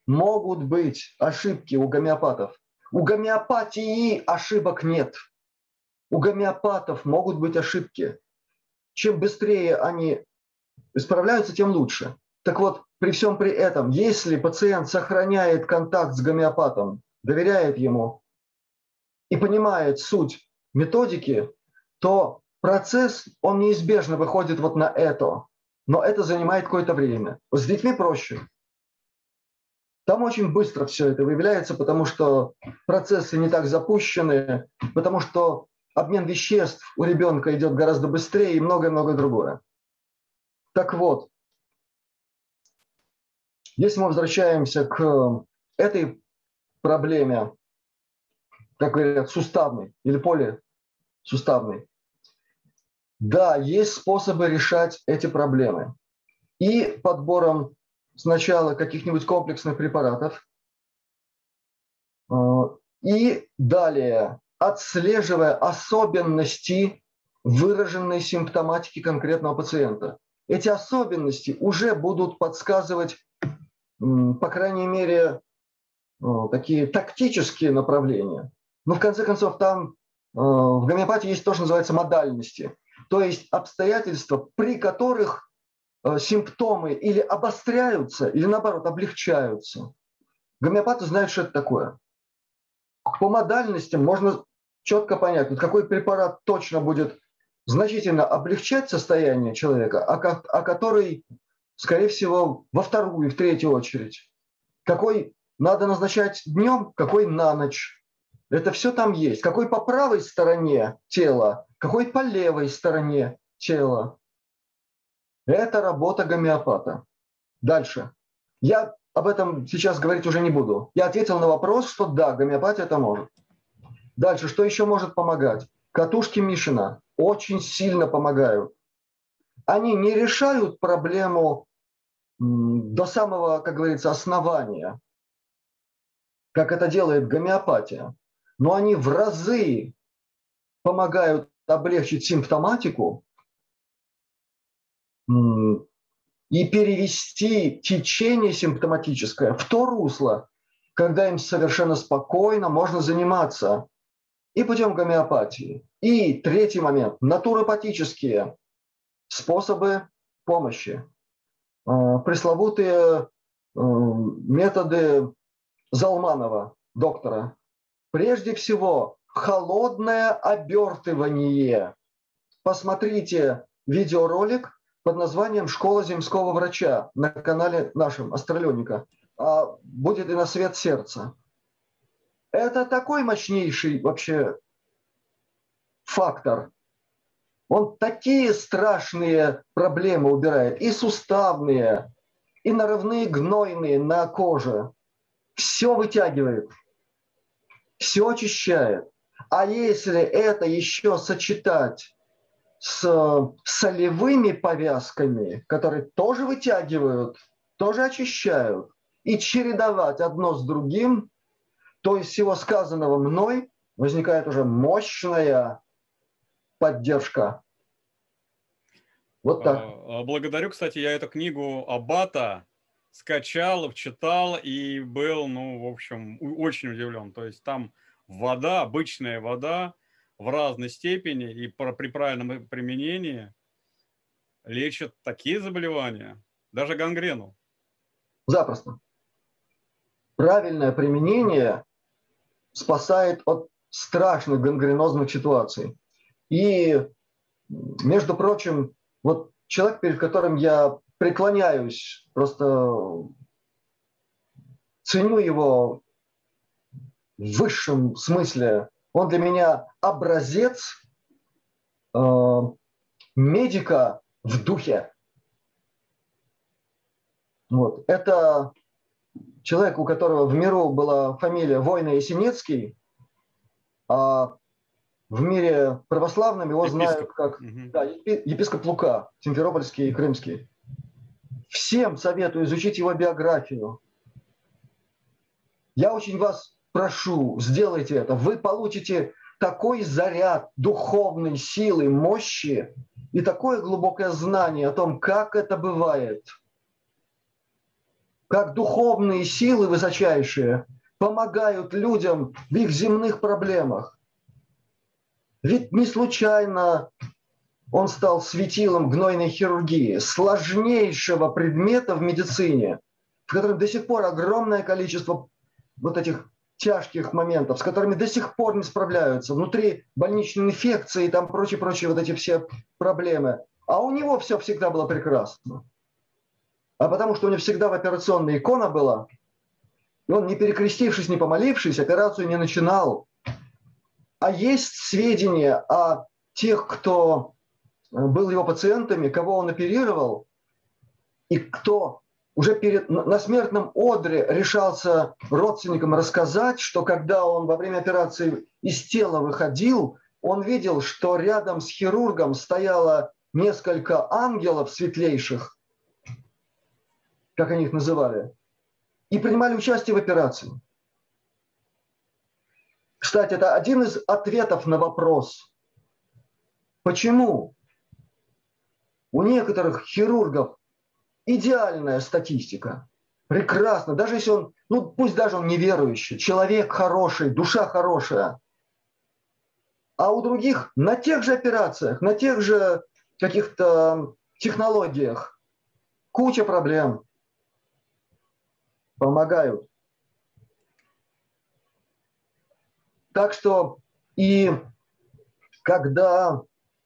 у гомеопатов. У гомеопатии ошибок нет. У гомеопатов могут быть ошибки. Чем быстрее они исправляются, тем лучше. Так вот, при всем при этом, если пациент сохраняет контакт с гомеопатом, доверяет ему и понимает суть методики, то процесс, он неизбежно выходит вот на это. Но это занимает какое-то время. С детьми проще. Там очень быстро все это выявляется, потому что процессы не так запущены, потому что обмен веществ у ребенка идет гораздо быстрее и многое-многое другое. Так вот, если мы возвращаемся к этой проблеме, как говорят, суставной или полисуставной, да, есть способы решать эти проблемы. И подбором сначала каких-нибудь комплексных препаратов, и далее отслеживая особенности выраженной симптоматики конкретного пациента. Эти особенности уже будут подсказывать, по крайней мере, такие тактические направления. Но в конце концов там в гомеопатии есть то, что называется модальности, то есть обстоятельства, при которых симптомы или обостряются, или наоборот облегчаются. Гомеопаты знают, что это такое. По модальностям можно четко понять, вот какой препарат точно будет значительно облегчать состояние человека, а который, скорее всего, во вторую и в третью очередь. Какой надо назначать днем, какой на ночь. Это все там есть. Какой по правой стороне тела, какой по левой стороне тела. Это работа гомеопата. Дальше. Я об этом сейчас говорить уже не буду. Я ответил на вопрос, что да, гомеопатия это может. Дальше, что еще может помогать? Катушки Мишина очень сильно помогают. Они не решают проблему до самого, как говорится, основания, как это делает гомеопатия, но они в разы помогают облегчить симптоматику и перевести течение симптоматическое в то русло, когда им совершенно спокойно можно заниматься и путем гомеопатии. И третий момент – натуропатические способы помощи. Пресловутые методы Залманова, доктора. Прежде всего, холодное обертывание. Посмотрите видеоролик под названием «Школа земского врача» на канале нашем Астралёника. Будет и на свет сердца. Это такой мощнейший вообще фактор. Он такие страшные проблемы убирает. И суставные, и нарывные гнойные на коже. Все вытягивает. Все очищает. А если это еще сочетать с солевыми повязками, которые тоже вытягивают, тоже очищают, и чередовать одно с другим, то из всего сказанного мной возникает уже мощная поддержка. Вот так. Благодарю, кстати, я эту книгу Аббата скачал, читал и был, в общем, очень удивлен. То есть там вода, обычная вода в разной степени и при правильном применении лечит такие заболевания, даже гангрену. Запросто. Правильное применение спасает от страшных гангренозных ситуаций. И, между прочим, вот человек, перед которым я преклоняюсь, просто ценю его в высшем смысле, он для меня образец медика в духе. Вот. Это человек, у которого в миру была фамилия Война-Ясенецкий, а в мире православном его знают как да, епископ Лука, Симферопольский и Крымский. Всем советую изучить его биографию. Я очень вас прошу, сделайте это. Вы получите такой заряд духовной силы, мощи и такое глубокое знание о том, как это бывает. Как духовные силы высочайшие помогают людям в их земных проблемах. Ведь не случайно он стал светилом гнойной хирургии, сложнейшего предмета в медицине, в котором до сих пор огромное количество вот этих тяжких моментов, с которыми до сих пор не справляются, внутри больничной инфекции и там прочие вот эти все проблемы. А у него все всегда было прекрасно. А потому что у него всегда в операционной икона была, и он, не перекрестившись, не помолившись, операцию не начинал. А есть сведения о тех, кто был его пациентами, кого он оперировал, и кто уже на смертном одре решался родственникам рассказать, что когда он во время операции из тела выходил, он видел, что рядом с хирургом стояло несколько ангелов светлейших, как они их называли, и принимали участие в операции. Кстати, это один из ответов на вопрос, почему у некоторых хирургов идеальная статистика, прекрасно, даже если он, ну пусть даже он неверующий, человек хороший, душа хорошая, а у других на тех же операциях, на тех же каких-то технологиях куча проблем. Помогают. Так что и когда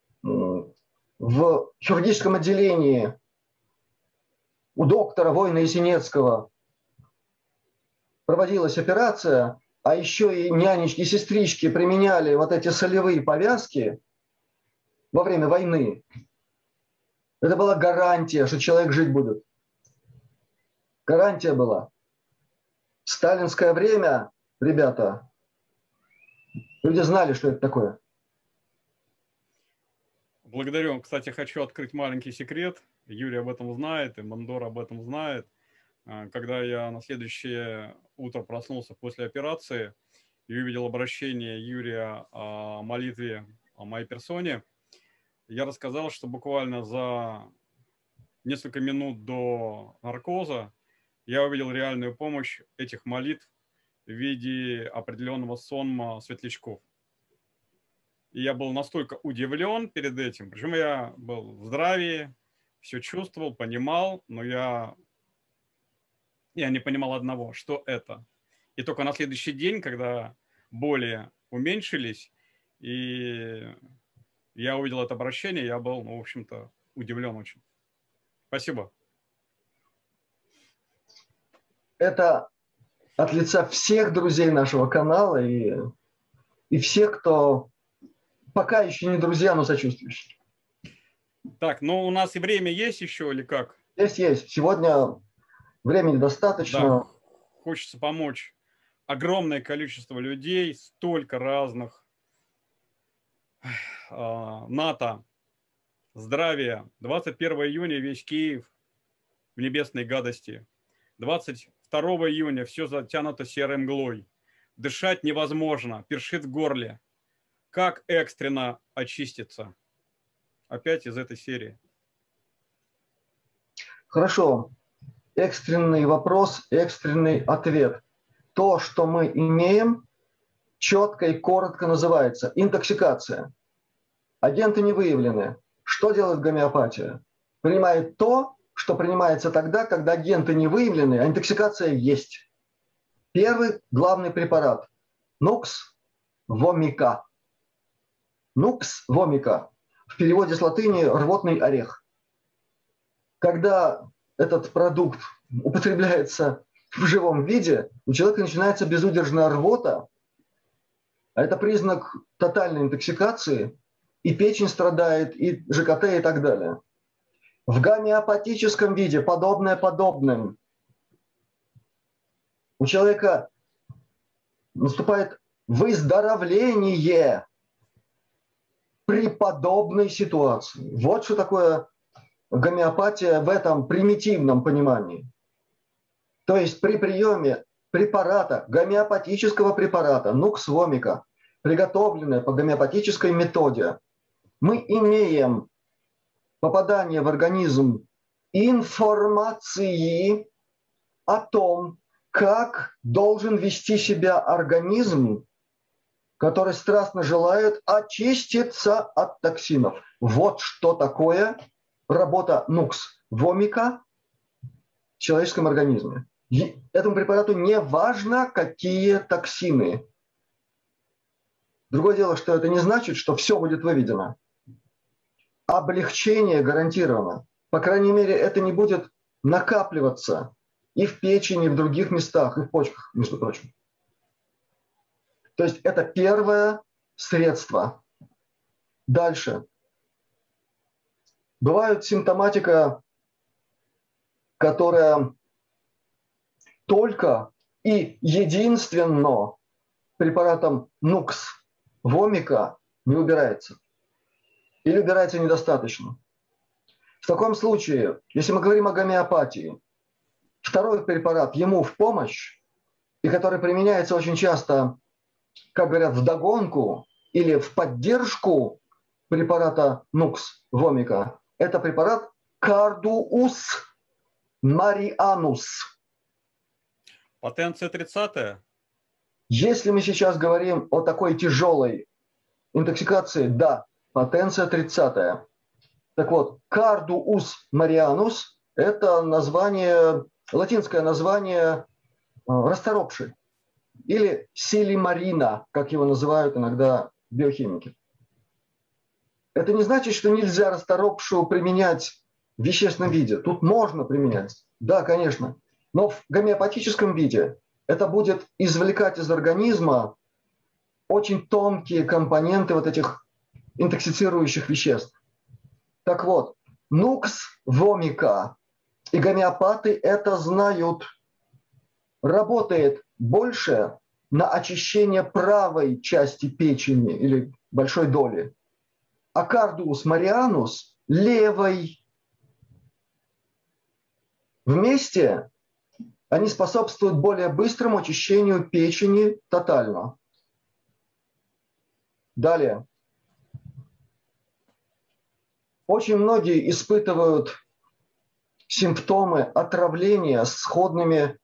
в хирургическом отделении у доктора Война-Ясенецкого проводилась операция, а еще и нянечки и сестрички применяли вот эти солевые повязки во время войны, это была гарантия, что человек жить будет. Гарантия была. В сталинское время, ребята, люди знали, что это такое. Благодарю. Кстати, хочу открыть маленький секрет. Юрий об этом знает, и Мандор об этом знает. Когда я на следующее утро проснулся после операции и увидел обращение Юрия о молитве о моей персоне, я рассказал, что буквально за несколько минут до наркоза я увидел реальную помощь этих молитв в виде определенного сонма светлячков. И я был настолько удивлен перед этим, причем я был в здравии, все чувствовал, понимал, но я не понимал одного, что это. И только на следующий день, когда боли уменьшились, и я увидел это обращение, я был, ну, в общем-то, удивлен очень. Спасибо. Это от лица всех друзей нашего канала и всех, кто пока еще не друзья, но сочувствующие. Так, ну у нас и время есть еще или как? Есть. Сегодня времени достаточно. Да, хочется помочь. Огромное количество людей, столько разных. НАТО, здравия. 21 июня весь Киев в небесной гадости. 22 июня все затянуто серой мглой. Дышать невозможно, першит в горле. Как экстренно очиститься? Опять из этой серии. Хорошо. Экстренный вопрос, экстренный ответ. То, что мы имеем, четко и коротко называется интоксикация. Агенты не выявлены. Что делает гомеопатия? Принимает то, что принимается тогда, когда агенты не выявлены, а интоксикация есть. Первый главный препарат – нукс вомика. Нукс вомика. В переводе с латыни рвотный орех. Когда этот продукт употребляется в живом виде, у человека начинается безудержная рвота, а это признак тотальной интоксикации, и печень страдает, и ЖКТ, и так далее. В гомеопатическом виде подобное подобным. у человека наступает выздоровление при подобной ситуации. Вот что такое гомеопатия в этом примитивном понимании. То есть при приеме препарата, гомеопатического препарата, нукс вомика, приготовленное по гомеопатической методе, мы имеем попадание в организм информации о том, как должен вести себя организм, который страстно желает очиститься от токсинов. Вот что такое работа нукс вомика в человеческом организме. И этому препарату не важно, какие токсины. Другое дело, что это не значит, что все будет выведено. Облегчение гарантировано. По крайней мере, это не будет накапливаться и в печени, и в других местах, и в почках, между прочим. То есть это первое средство. Дальше. Бывает симптоматика, которая только и единственно препаратом нукс вомика не убирается. Или убирается недостаточно. В таком случае, если мы говорим о гомеопатии, второй препарат ему в помощь, и который применяется очень часто, как говорят, вдогонку или в поддержку препарата нукс вомика, это препарат кардуус марианус. Потенция 30-я? Если мы сейчас говорим о такой тяжелой интоксикации, да, потенция 30-я. Так вот, кардуус марианус – это название, латинское название расторопший или силимарина, как его называют иногда биохимики. Это не значит, что нельзя расторопшую применять в вещественном виде. Тут можно применять, да, конечно. Но в гомеопатическом виде это будет извлекать из организма очень тонкие компоненты вот этих интоксицирующих веществ. Так вот, нукс вомика и гомеопаты это знают. Работает больше на очищение правой части печени или большой доли, а кардуус марианус левой. Вместе они способствуют более быстрому очищению печени тотально. Далее. Очень многие испытывают симптомы отравления, сходные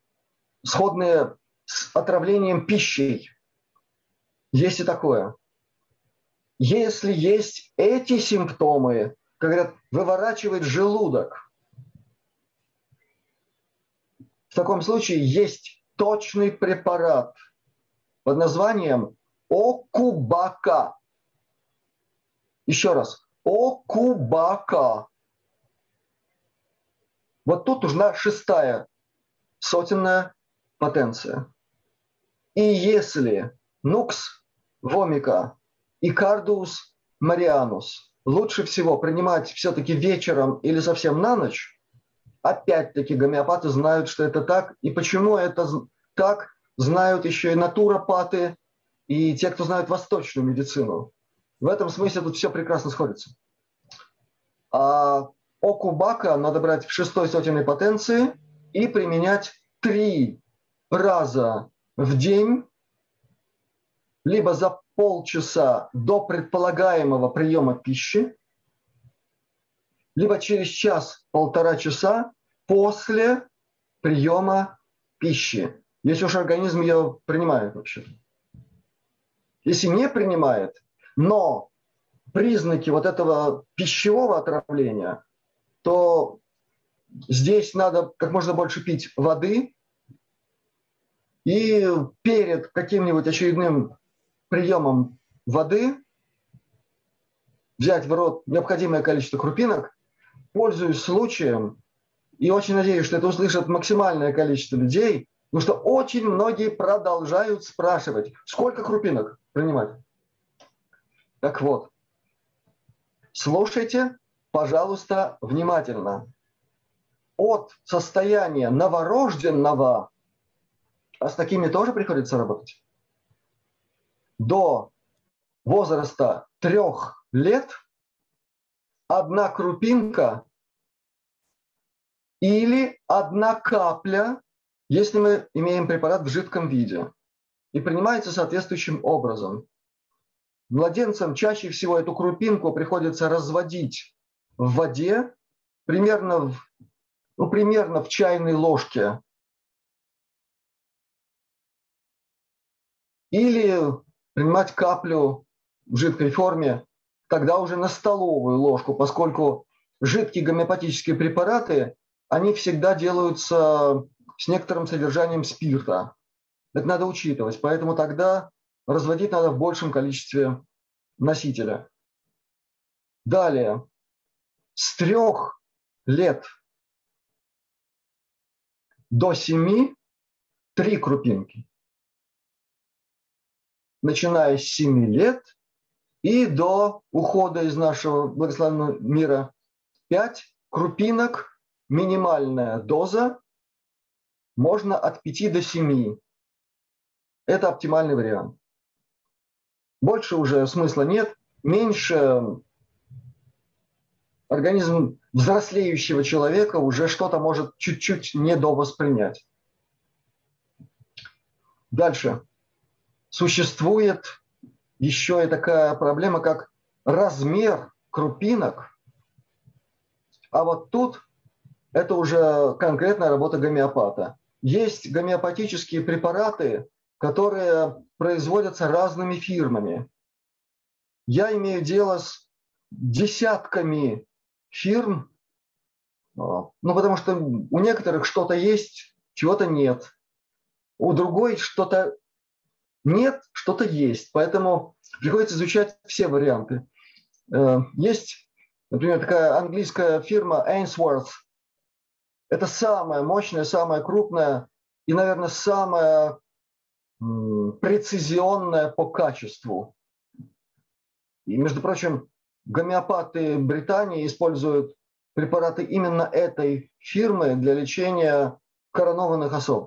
с отравлением пищей. Есть и такое. Если есть эти симптомы, как говорят, выворачивает желудок, в таком случае есть точный препарат под названием окубака. Еще раз. Окубака. Вот тут нужна 6-я сотенная потенция. И если нукс вомика и кардуус марианус лучше всего принимать все-таки вечером или совсем на ночь, опять-таки гомеопаты знают, что это так. И почему это так, знают еще и натуропаты, и те, кто знают восточную медицину. В этом смысле тут все прекрасно сходится. А окубака надо брать в 6-й сотенной потенции и применять 3 раза в день, либо за полчаса до предполагаемого приема пищи, либо через час-полтора часа после приема пищи, если уж организм ее принимает вообще. Если не принимает, но признаки вот этого пищевого отравления, то здесь надо как можно больше пить воды и перед каким-нибудь очередным приемом воды взять в рот необходимое количество крупинок, пользуюсь случаем и очень надеюсь, что это услышат максимальное количество людей, потому что очень многие продолжают спрашивать, сколько крупинок принимать. Так вот, слушайте, пожалуйста, внимательно. От состояния новорожденного А с такими тоже приходится работать. До возраста 3 лет одна крупинка или одна капля, если мы имеем препарат в жидком виде, и принимается соответствующим образом. Младенцам чаще всего эту крупинку приходится разводить в воде примерно в чайной ложке. Или принимать каплю в жидкой форме, тогда уже на столовую ложку, поскольку жидкие гомеопатические препараты, они всегда делаются с некоторым содержанием спирта. Это надо учитывать, поэтому тогда разводить надо в большем количестве носителя. Далее, с 3 лет до 7 3 крупинки. Начиная с 7 лет и до ухода из нашего благословенного мира 5 крупинок, минимальная доза, можно от 5 до 7. Это оптимальный вариант. Больше уже смысла нет, меньше организм взрослеющего человека уже что-то может чуть-чуть недовоспринять. Дальше. Существует еще и такая проблема, как размер крупинок. А вот тут это уже конкретная работа гомеопата. Есть гомеопатические препараты, которые производятся разными фирмами. Я имею дело с десятками фирм, потому что у некоторых что-то есть, чего-то нет. У другой что-то нет, что-то есть. Поэтому приходится изучать все варианты. Есть, например, такая английская фирма Ainsworth. Это самая мощная, самая крупная и, наверное, самая прецизионная по качеству. И, между прочим, гомеопаты Британии используют препараты именно этой фирмы для лечения коронованных особ.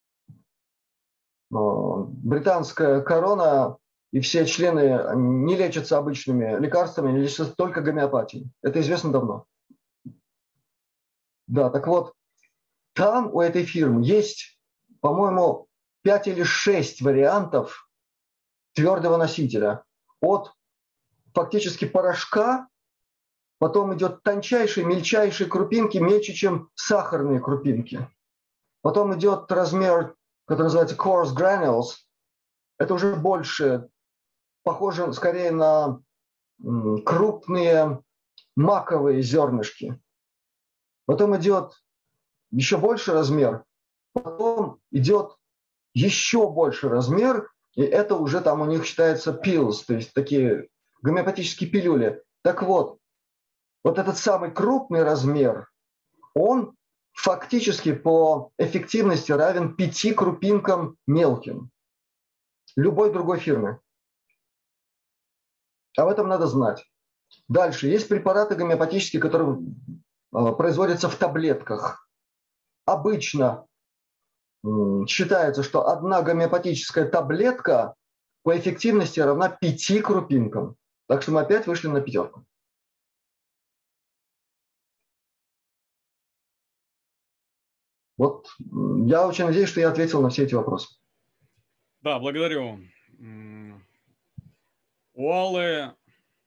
Британская корона и все члены не лечатся обычными лекарствами, они лечатся только гомеопатией. Это известно давно. Да, так вот, там у этой фирмы есть, по-моему, 5 или 6 вариантов твердого носителя. От фактически порошка, потом идет тончайшие, мельчайшие крупинки, мельче, чем сахарные крупинки. Потом идет размер, который называется coarse granules. Это уже больше, похоже скорее на крупные маковые зернышки. Потом идет еще больше размер, потом идет еще больше размер, и это уже там у них считается pills, то есть такие гомеопатические пилюли. Так вот, вот этот самый крупный размер, он фактически по эффективности равен 5 крупинкам мелким любой другой фирмы. Об этом надо знать. Дальше. Есть препараты гомеопатические, которые производятся в таблетках. Обычно считается, что одна гомеопатическая таблетка по эффективности равна 5 крупинкам. Так что мы опять вышли на 5. Вот я очень надеюсь, что я ответил на все эти вопросы. Да, благодарю. У Аллы,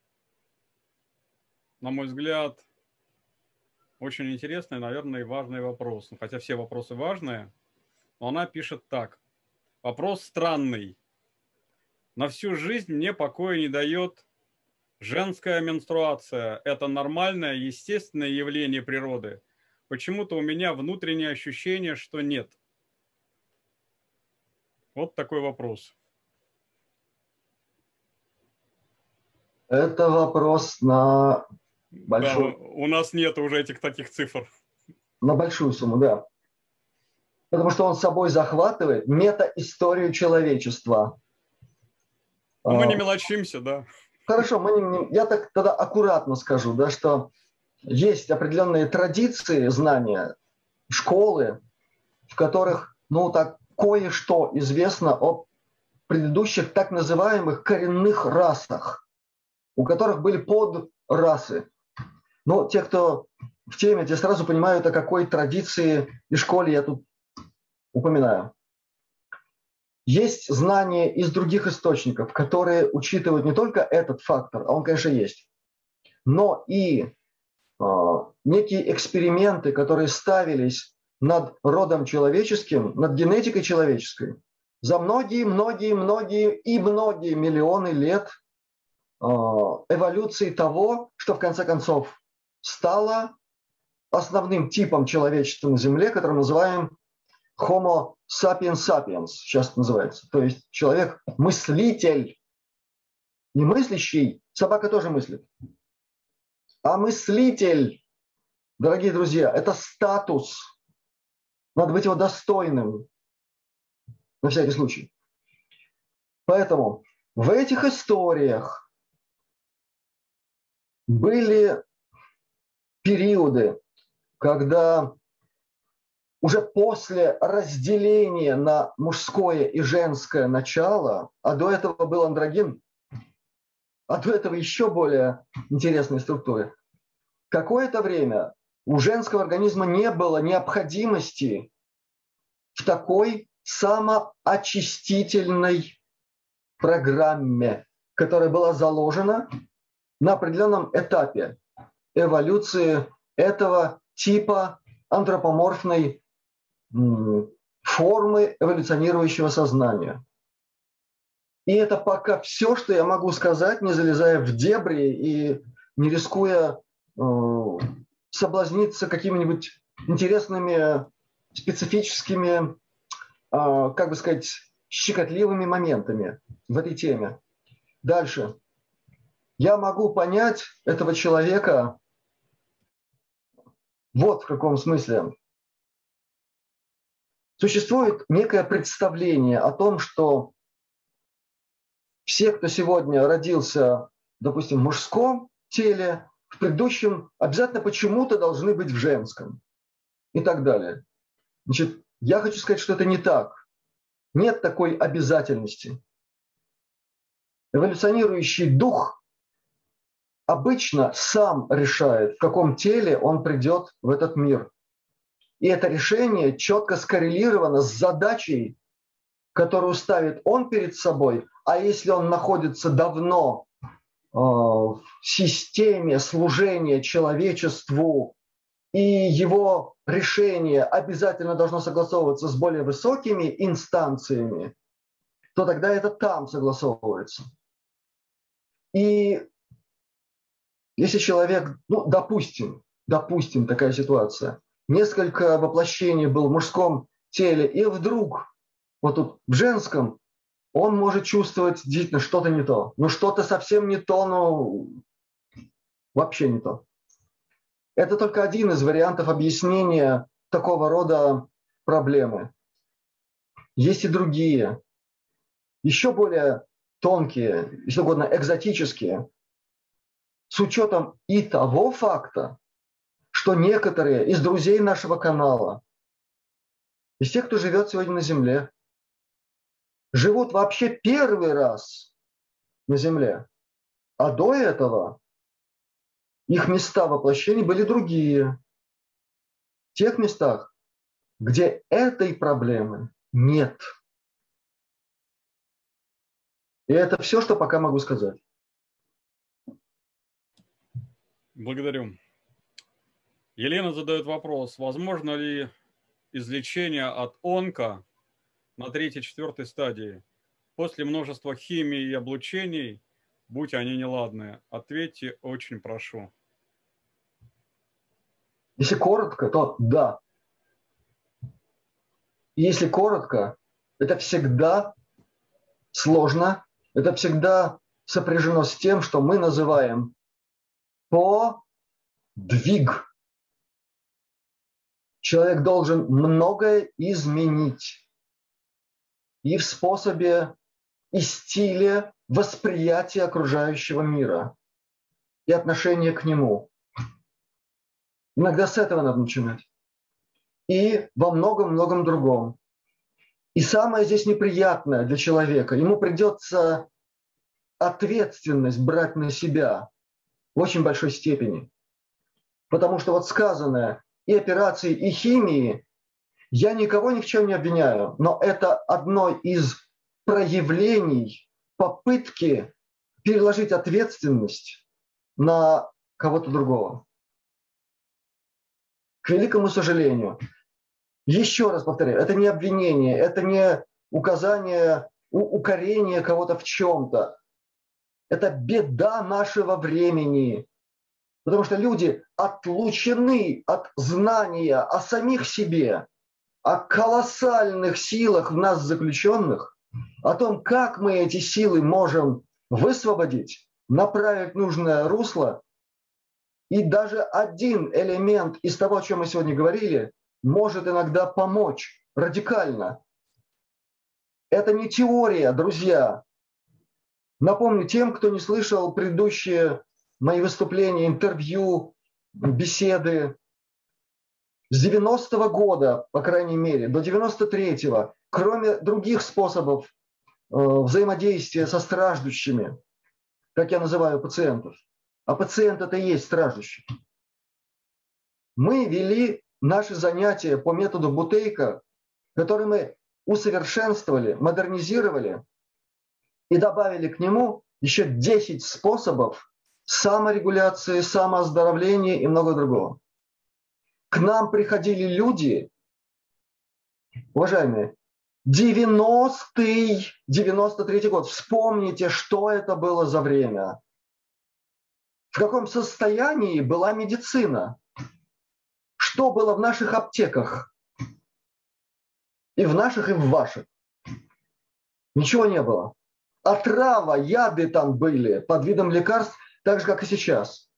на мой взгляд, очень интересный, наверное, и важный вопрос. Хотя все вопросы важные, но она пишет так. Вопрос странный. На всю жизнь мне покоя не дает женская менструация. Это нормальное, естественное явление природы. Почему-то у меня внутреннее ощущение, что нет. Вот такой вопрос. Это вопрос на большую... Да, у нас нет уже этих таких цифр. На большую сумму, да. Потому что он с собой захватывает мета-историю человечества. Но мы не мелочимся, да. Хорошо, я так тогда аккуратно скажу, да, что есть определенные традиции, знания, школы, в которых, ну так кое-что известно о предыдущих так называемых коренных расах, у которых были подрасы. Но те, кто в теме, те сразу понимают, о какой традиции и школе я тут упоминаю. Есть знания из других источников, которые учитывают не только этот фактор, а он, конечно, есть, но и некие эксперименты, которые ставились над родом человеческим, над генетикой человеческой за многие миллионы лет эволюции того, что в конце концов стало основным типом человечества на Земле, который мы называем Homo sapiens sapiens, сейчас это называется. То есть человек-мыслитель. Не мыслящий, собака тоже мыслит, а мыслитель, дорогие друзья, это статус. Надо быть его достойным, на всякий случай. Поэтому в этих историях были периоды, когда уже после разделения на мужское и женское начало, а до этого был андрогин, а до этого еще более интересные структуры, какое-то время у женского организма не было необходимости в такой самоочистительной программе, которая была заложена на определенном этапе эволюции этого типа антропоморфной формы эволюционирующего сознания. И это пока все, что я могу сказать, не залезая в дебри и не рискуя соблазниться какими-нибудь интересными, специфическими, как бы сказать, щекотливыми моментами в этой теме. Дальше. Я могу понять этого человека вот в каком смысле. Существует некое представление о том, что все, кто сегодня родился, допустим, в мужском теле, в предыдущем обязательно почему-то должны быть в женском и так далее. Значит, я хочу сказать, что это не так. Нет такой обязательности. Эволюционирующий дух обычно сам решает, в каком теле он придет в этот мир. И это решение четко скоррелировано с задачей, которую ставит он перед собой. А если он находится давно в системе служения человечеству, и его решение обязательно должно согласовываться с более высокими инстанциями, то тогда это там согласовывается. И если человек, допустим, такая ситуация, несколько воплощений был в мужском теле, и вдруг вот тут в женском, он может чувствовать действительно что-то не то. Что-то совсем не то, вообще не то. Это только один из вариантов объяснения такого рода проблемы. Есть и другие, еще более тонкие, если угодно, экзотические, с учетом и того факта, что некоторые из друзей нашего канала, из тех, кто живет сегодня на Земле, живут вообще первый раз на Земле, а до этого их места воплощений были другие. В тех местах, где этой проблемы нет. И это все, что пока могу сказать. Благодарю. Елена задает вопрос, возможно ли излечение от онко на 3-4 стадии после множества химии и облучений, будь они неладные? Ответьте, очень прошу. Если коротко, то да. И если коротко, это всегда сложно, это всегда сопряжено с тем, что мы называем подвиг. Человек должен многое изменить и в способе, и стиле восприятия окружающего мира и отношения к нему. Иногда с этого надо начинать. И во многом-многом другом. И самое здесь неприятное для человека, ему придется ответственность брать на себя в очень большой степени. Потому что вот сказанное и операции, и химии, я никого ни в чем не обвиняю, но это одно из проявлений попытки переложить ответственность на кого-то другого. К великому сожалению, еще раз повторяю, это не обвинение, это не указание, укорение кого-то в чем-то. Это беда нашего времени. Потому что люди отлучены от знания о самих себе, о колоссальных силах в нас заключенных, о том, как мы эти силы можем высвободить, направить в нужное русло. И даже один элемент из того, о чем мы сегодня говорили, может иногда помочь радикально. Это не теория, друзья. Напомню тем, кто не слышал предыдущие мои выступления, интервью, беседы. С 90-го года, по крайней мере, до 93-го, кроме других способов взаимодействия со страждущими, как я называю пациентов, а пациент это и есть страждущий, мы вели наши занятия по методу Бутейко, который мы усовершенствовали, модернизировали и добавили к нему еще 10 способов саморегуляции, самооздоровления и много другого. К нам приходили люди, уважаемые, 90-й, 93-й год. Вспомните, что это было за время. В каком состоянии была медицина. Что было в наших аптеках. И в наших, и в ваших. Ничего не было. Отрава, яды там были под видом лекарств, так же, как и сейчас.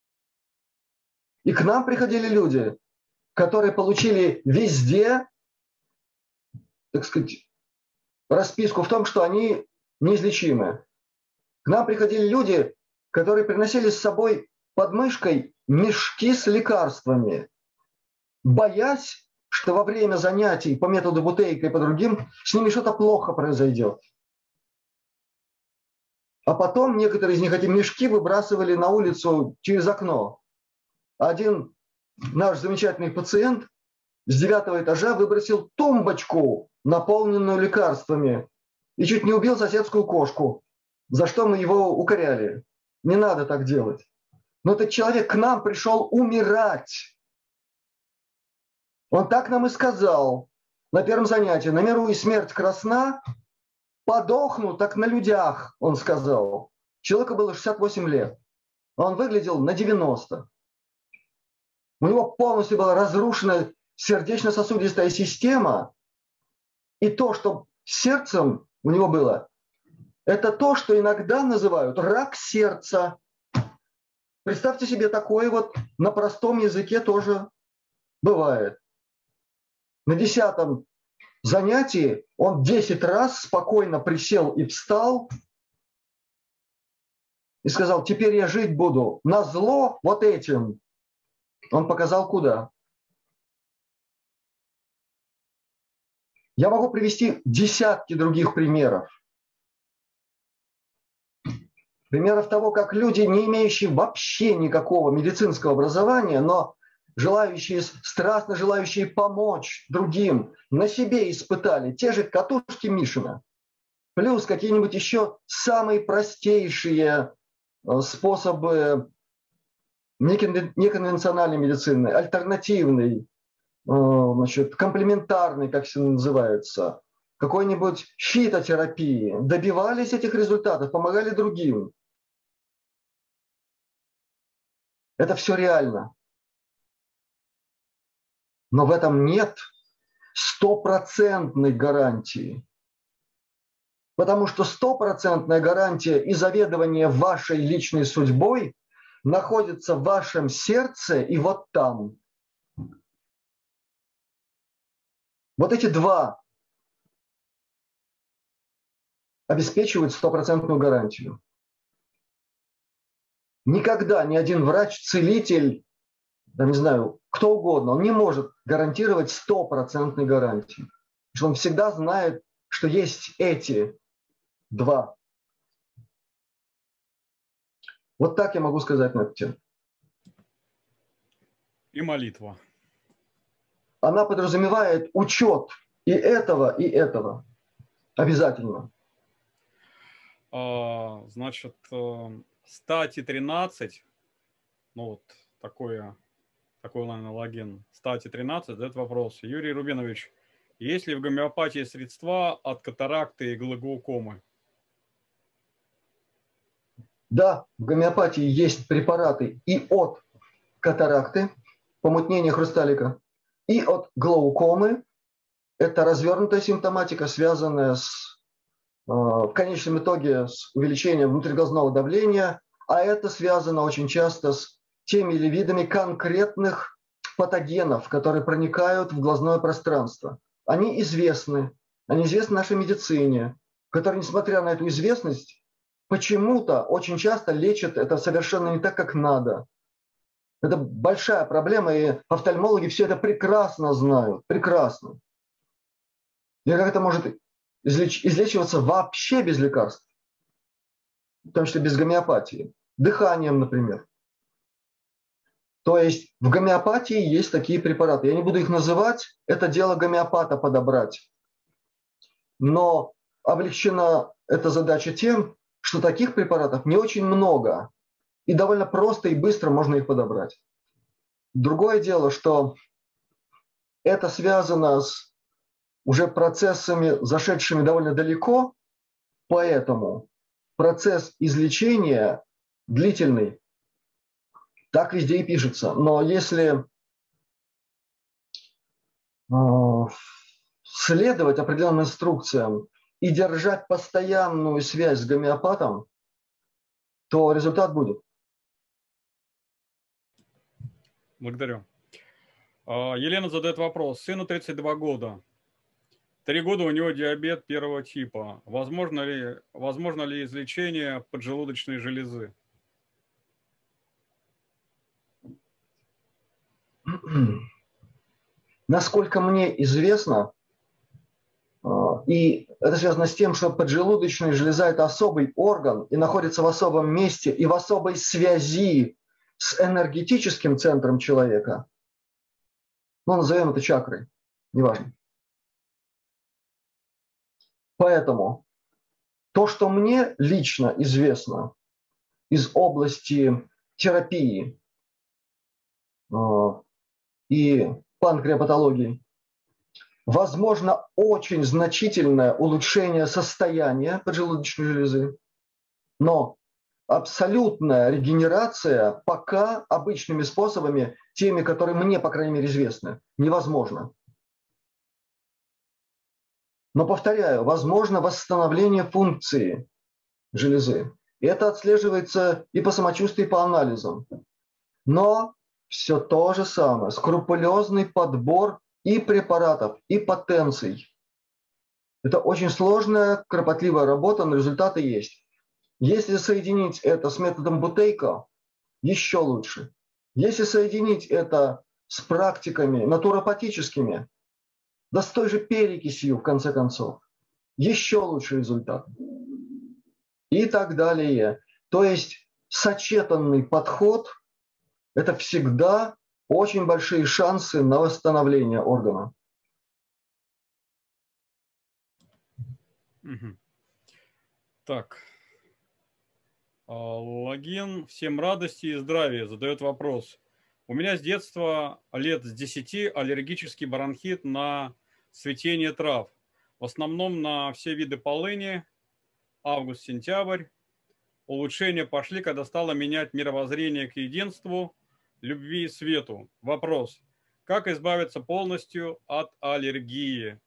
И к нам приходили люди, которые получили везде, так сказать, расписку в том, что они неизлечимы. К нам приходили люди, которые приносили с собой под мышкой мешки с лекарствами, боясь, что во время занятий по методу Бутейко и по другим с ними что-то плохо произойдет. А потом некоторые из них эти мешки выбрасывали на улицу через окно. Один наш замечательный пациент с 9-го этажа выбросил тумбочку, наполненную лекарствами, и чуть не убил соседскую кошку, за что мы его укоряли. Не надо так делать. Но этот человек к нам пришел умирать. Он так нам и сказал на первом занятии: на миру и смерть красна, подохну так на людях, он сказал. Человеку было 68 лет. Он выглядел на 90. У него полностью была разрушена сердечно-сосудистая система. И то, что с сердцем у него было, это то, что иногда называют рак сердца. Представьте себе, такое вот на простом языке тоже бывает. На 10-м занятии он 10 раз спокойно присел и встал и сказал: теперь я жить буду назло вот этим. Он показал куда. Я могу привести десятки других примеров. Примеров того, как люди, не имеющие вообще никакого медицинского образования, но желающие, страстно желающие помочь другим, на себе испытали те же катушки Мишина, плюс какие-нибудь еще самые простейшие способы неконвенциональной медицины, альтернативной, значит, комплементарной, как все называется, какой-нибудь фитотерапии, добивались этих результатов, помогали другим. Это все реально. Но в этом нет стопроцентной гарантии. Потому что стопроцентная гарантия и заведование вашей личной судьбой находится в вашем сердце и вот там. Вот эти два обеспечивают стопроцентную гарантию. Никогда ни один врач, целитель, да не знаю, кто угодно, он не может гарантировать стопроцентной гарантии. что он всегда знает, что есть эти два. Вот так я могу сказать на эту тему. И молитва. Она подразумевает учет и этого, и этого. Обязательно. Значит, стати 13, ну вот такой, наверное, логин, стати 13, задает вопрос. Юрий Рубинович, есть ли в гомеопатии средства от катаракты и глаукомы? Да, в гомеопатии есть препараты и от катаракты, помутнения хрусталика, и от глаукомы. Это развернутая симптоматика, связанная в конечном итоге с увеличением внутриглазного давления, а это связано очень часто с теми или видами конкретных патогенов, которые проникают в глазное пространство. Они известны нашей медицине, которая, несмотря на эту известность, почему-то очень часто лечат это совершенно не так, как надо. Это большая проблема, и офтальмологи все это прекрасно знают, прекрасно. И как это может излечиваться вообще без лекарств, в том числе без гомеопатии, дыханием, например. То есть в гомеопатии есть такие препараты. Я не буду их называть, это дело гомеопата подобрать. Но облегчена эта задача тем, что таких препаратов не очень много, и довольно просто и быстро можно их подобрать. Другое дело, что это связано с уже процессами, зашедшими довольно далеко, поэтому процесс излечения длительный. Так везде и пишется. Но если следовать определенным инструкциям и держать постоянную связь с гомеопатом, то результат будет. Благодарю. Елена задает вопрос. Сыну 32 года. 3 года у него диабет первого типа. Возможно ли излечение поджелудочной железы? Насколько мне известно, и это связано с тем, что поджелудочная железа – это особый орган и находится в особом месте и в особой связи с энергетическим центром человека. Ну, назовем это чакрой, неважно. Поэтому то, что мне лично известно из области терапии и панкреапатологии, возможно очень значительное улучшение состояния поджелудочной железы, но абсолютная регенерация пока обычными способами, теми, которые мне, по крайней мере, известны, невозможно. Но, повторяю, возможно восстановление функции железы. И это отслеживается и по самочувствию, и по анализам. Но все то же самое. Скрупулезный подбор и препаратов, и потенций. Это очень сложная, кропотливая работа, но результаты есть. Если соединить это с методом Бутейко, еще лучше. Если соединить это с практиками натуропатическими, да с той же перекисью, в конце концов, еще лучший результат. И так далее. То есть сочетанный подход – это всегда очень большие шансы на восстановление органа. Угу. Так. Логин. Всем радости и здравия. Задает вопрос. У меня с детства, лет с 10, аллергический бронхит на цветение трав. В основном на все виды полыни, август-сентябрь. Улучшения пошли, когда стало менять мировоззрение к единству, любви и свету. Вопрос. Как избавиться полностью от аллергии?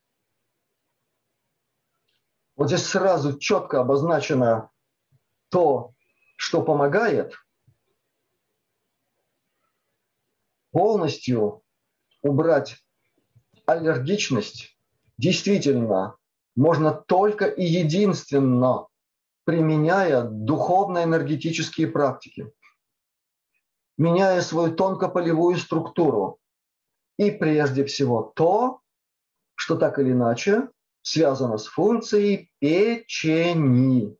Вот здесь сразу четко обозначено то, что помогает полностью убрать аллергичность. Действительно, можно только и единственно применяя духовно-энергетические практики, меняя свою тонкополевую структуру. И прежде всего то, что так или иначе связано с функцией печени.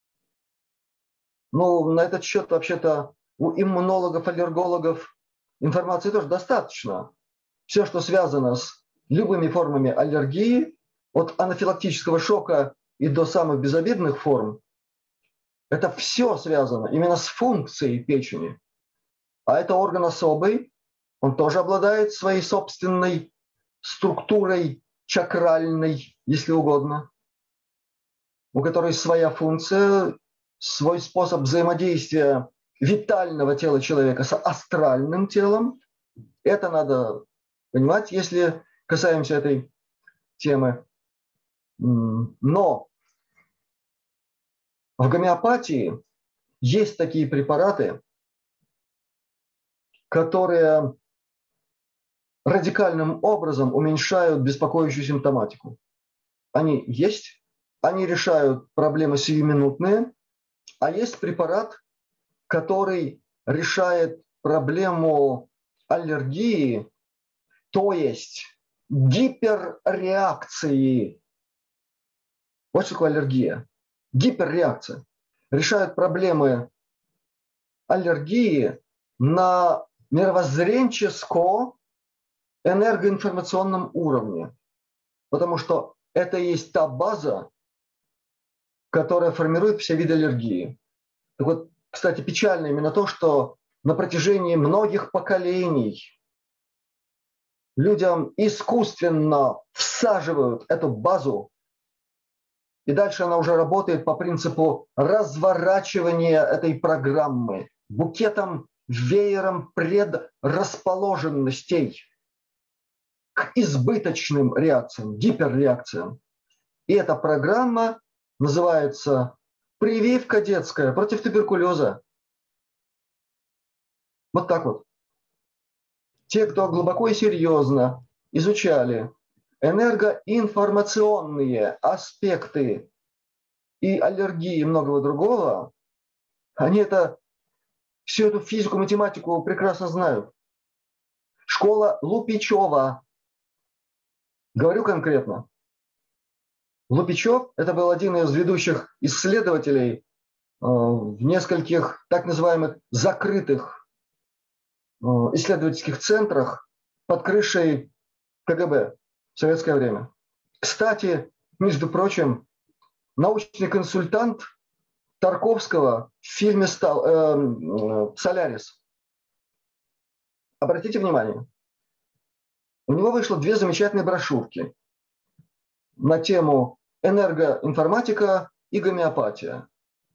Ну, на этот счет вообще-то у иммунологов, аллергологов информации тоже достаточно. Все, что связано с любыми формами аллергии, от анафилактического шока и до самых безобидных форм, это все связано именно с функцией печени. А это орган особый, он тоже обладает своей собственной структурой чакральной, если угодно, у которой своя функция, свой способ взаимодействия витального тела человека с астральным телом. Это надо понимать, если касаемся этой темы. Но в гомеопатии есть такие препараты, которые радикальным образом уменьшают беспокоящую симптоматику. Они есть, они решают проблемы сиюминутные, а есть препарат, который решает проблему аллергии, то есть гиперреакции. Вот что такое аллергия. Гиперреакция. Решают проблемы аллергии на мировоззренческо-энергоинформационном уровне. Потому что это и есть та база, которая формирует все виды аллергии. Так вот, кстати, печально именно то, что на протяжении многих поколений людям искусственно всаживают эту базу, и дальше она уже работает по принципу разворачивания этой программы букетом, веером предрасположенностей к избыточным реакциям, гиперреакциям. И эта программа называется «Прививка детская против туберкулеза». Вот так вот. Те, кто глубоко и серьезно изучали энергоинформационные аспекты и аллергии и многого другого, они всю эту физику, математику прекрасно знают. Школа Лупичева. Говорю конкретно. Лупичев – это был один из ведущих исследователей в нескольких так называемых закрытых исследовательских центрах под крышей КГБ в советское время. Кстати, между прочим, научный консультант Тарковского в фильме «Солярис». Обратите внимание, у него вышло 2 замечательные брошюрки на тему энергоинформатика и гомеопатия.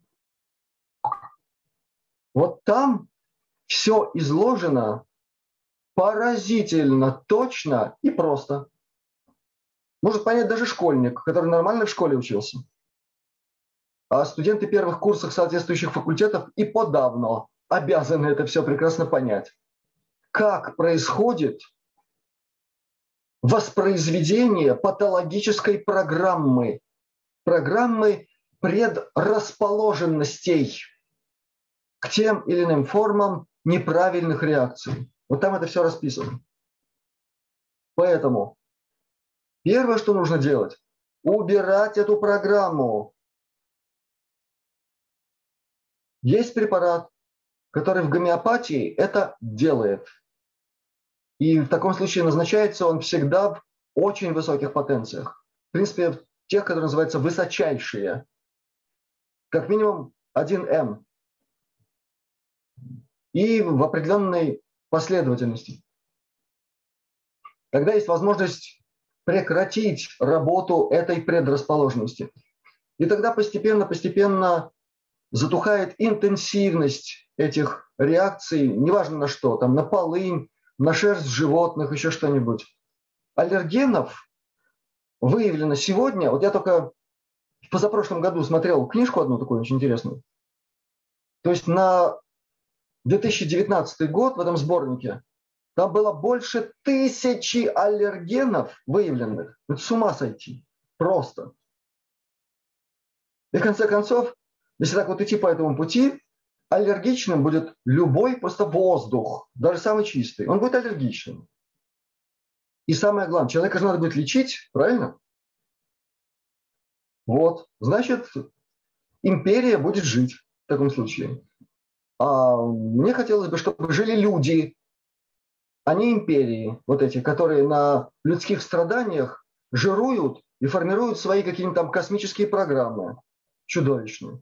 Вот там все изложено поразительно точно и просто. Может понять даже школьник, который нормально в школе учился. А студенты первых курсов соответствующих факультетов и подавно обязаны это все прекрасно понять. Как происходит воспроизведение патологической программы предрасположенностей к тем или иным формам неправильных реакций. Вот там это все расписано. Поэтому первое, что нужно делать, убирать эту программу. Есть препарат, который в гомеопатии это делает. И в таком случае назначается он всегда в очень высоких потенциях. В принципе, тех, которые называются высочайшие. Как минимум 1М. И в определенной последовательности. Тогда есть возможность прекратить работу этой предрасположенности. И тогда постепенно затухает интенсивность этих реакций, неважно на что, там, на полынь, на шерсть животных, еще что-нибудь. Аллергенов выявлено сегодня, вот я только в позапрошлом году смотрел книжку одну такую очень интересную. То есть на 2019 год в этом сборнике там было больше 1000 аллергенов выявленных. Это с ума сойти. Просто. И в конце концов, если так вот идти по этому пути, аллергичным будет любой просто воздух, даже самый чистый. Он будет аллергичным. И самое главное, человека же надо будет лечить, правильно? Вот, значит, империя будет жить в таком случае. А мне хотелось бы, чтобы жили люди, а не империи, вот эти, которые на людских страданиях жируют и формируют свои какие-нибудь там космические программы чудовищные.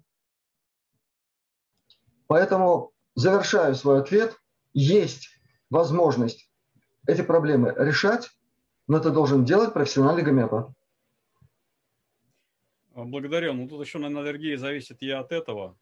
Поэтому завершаю свой ответ. Есть возможность эти проблемы решать, но это должен делать профессиональный гомеопат. Благодарю. Ну, тут еще, наверное, аллергия зависит и от этого.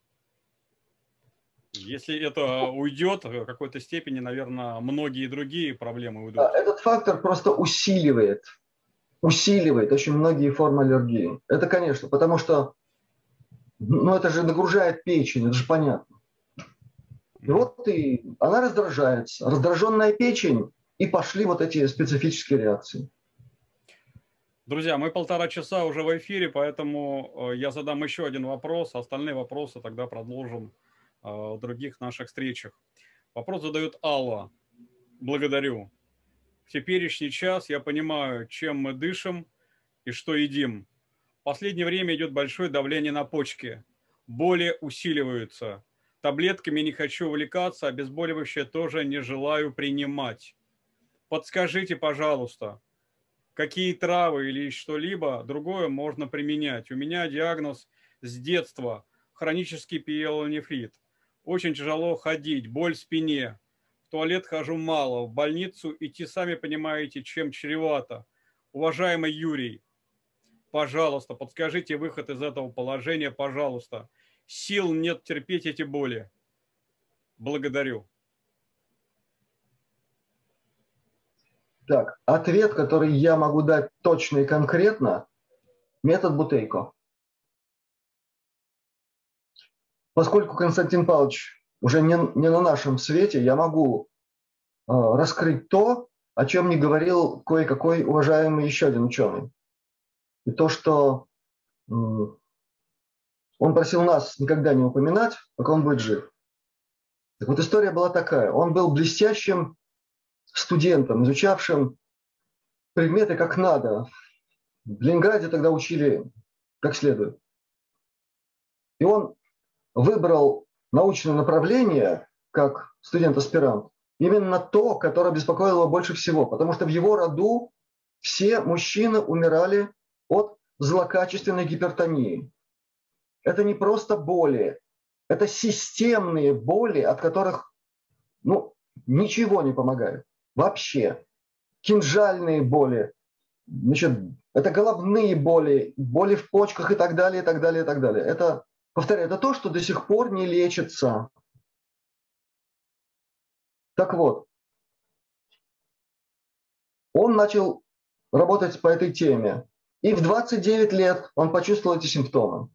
Если это уйдет, в какой-то степени, наверное, многие другие проблемы уйдут. Этот фактор просто усиливает очень многие формы аллергии. Это, конечно, потому что это же нагружает печень, это же понятно. И вот она раздражается. Раздраженная печень, и пошли вот эти специфические реакции. Друзья, мы 1,5 часа уже в эфире, поэтому я задам еще один вопрос. Остальные вопросы тогда продолжим в других наших встречах. Вопрос задает Алла. Благодарю. В теперешний час я понимаю, чем мы дышим и что едим. В последнее время идет большое давление на почки. Боли усиливаются. Таблетками не хочу увлекаться, обезболивающее тоже не желаю принимать. Подскажите, пожалуйста, какие травы или что-либо другое можно применять? У меня диагноз с детства – хронический пиелонефрит. Очень тяжело ходить, боль в спине. В туалет хожу мало, в больницу идти, сами понимаете, чем чревато. Уважаемый Юрий, пожалуйста, подскажите выход из этого положения, пожалуйста. Сил нет терпеть эти боли. Благодарю. Так, ответ, который я могу дать точно и конкретно, метод Бутейко. Поскольку Константин Павлович уже не на нашем свете, я могу раскрыть то, о чем не говорил кое-какой уважаемый еще один ученый. И то, что он просил нас никогда не упоминать, пока он будет жив. Так вот, история была такая. Он был блестящим студентом, изучавшим предметы как надо. В Ленинграде тогда учили как следует. И он выбрал научное направление, как студент-аспирант, именно то, которое беспокоило его больше всего, потому что в его роду все мужчины умирали от злокачественной гипертонии. Это не просто боли, это системные боли, от которых ничего не помогает. Вообще. Кинжальные боли, значит, это головные боли, боли в почках и так далее, и так далее, и так далее. Это, повторяю, это то, что до сих пор не лечится. Так вот, он начал работать по этой теме. И в 29 лет он почувствовал эти симптомы.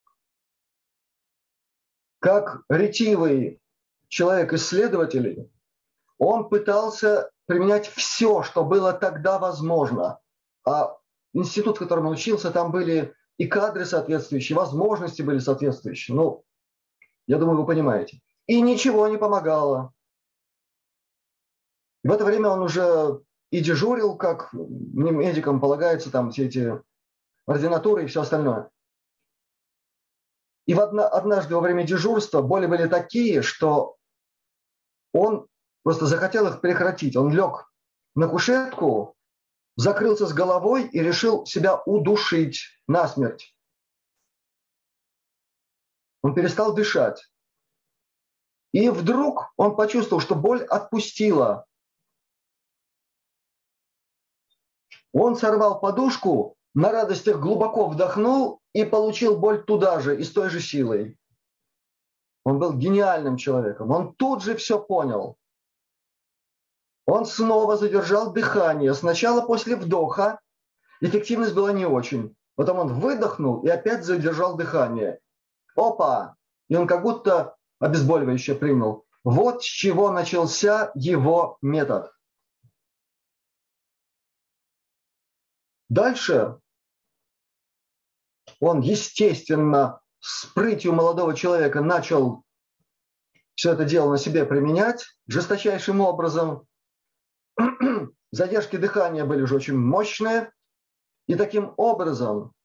Как ретивый человек-исследователь, он пытался применять все, что было тогда возможно. А институт, в котором он учился, там были и кадры соответствующие, возможности были соответствующие. Я думаю, вы понимаете. И ничего не помогало. И в это время он уже и дежурил, как медикам полагается, там все эти ординатуры и все остальное. И однажды во время дежурства боли были такие, что он просто захотел их прекратить. Он лег на кушетку, закрылся с головой и решил себя удушить насмерть. Он перестал дышать. И вдруг он почувствовал, что боль отпустила. Он сорвал подушку, на радостях глубоко вдохнул и получил боль туда же и с той же силой. Он был гениальным человеком. Он тут же все понял. Он снова задержал дыхание. Сначала после вдоха эффективность была не очень. Потом он выдохнул и опять задержал дыхание. Опа! И он как будто обезболивающее принял. Вот с чего начался его метод. Дальше он, естественно, с прытью молодого человека начал все это дело на себе применять жесточайшим образом. задержки дыхания были уже очень мощные. И таким образом,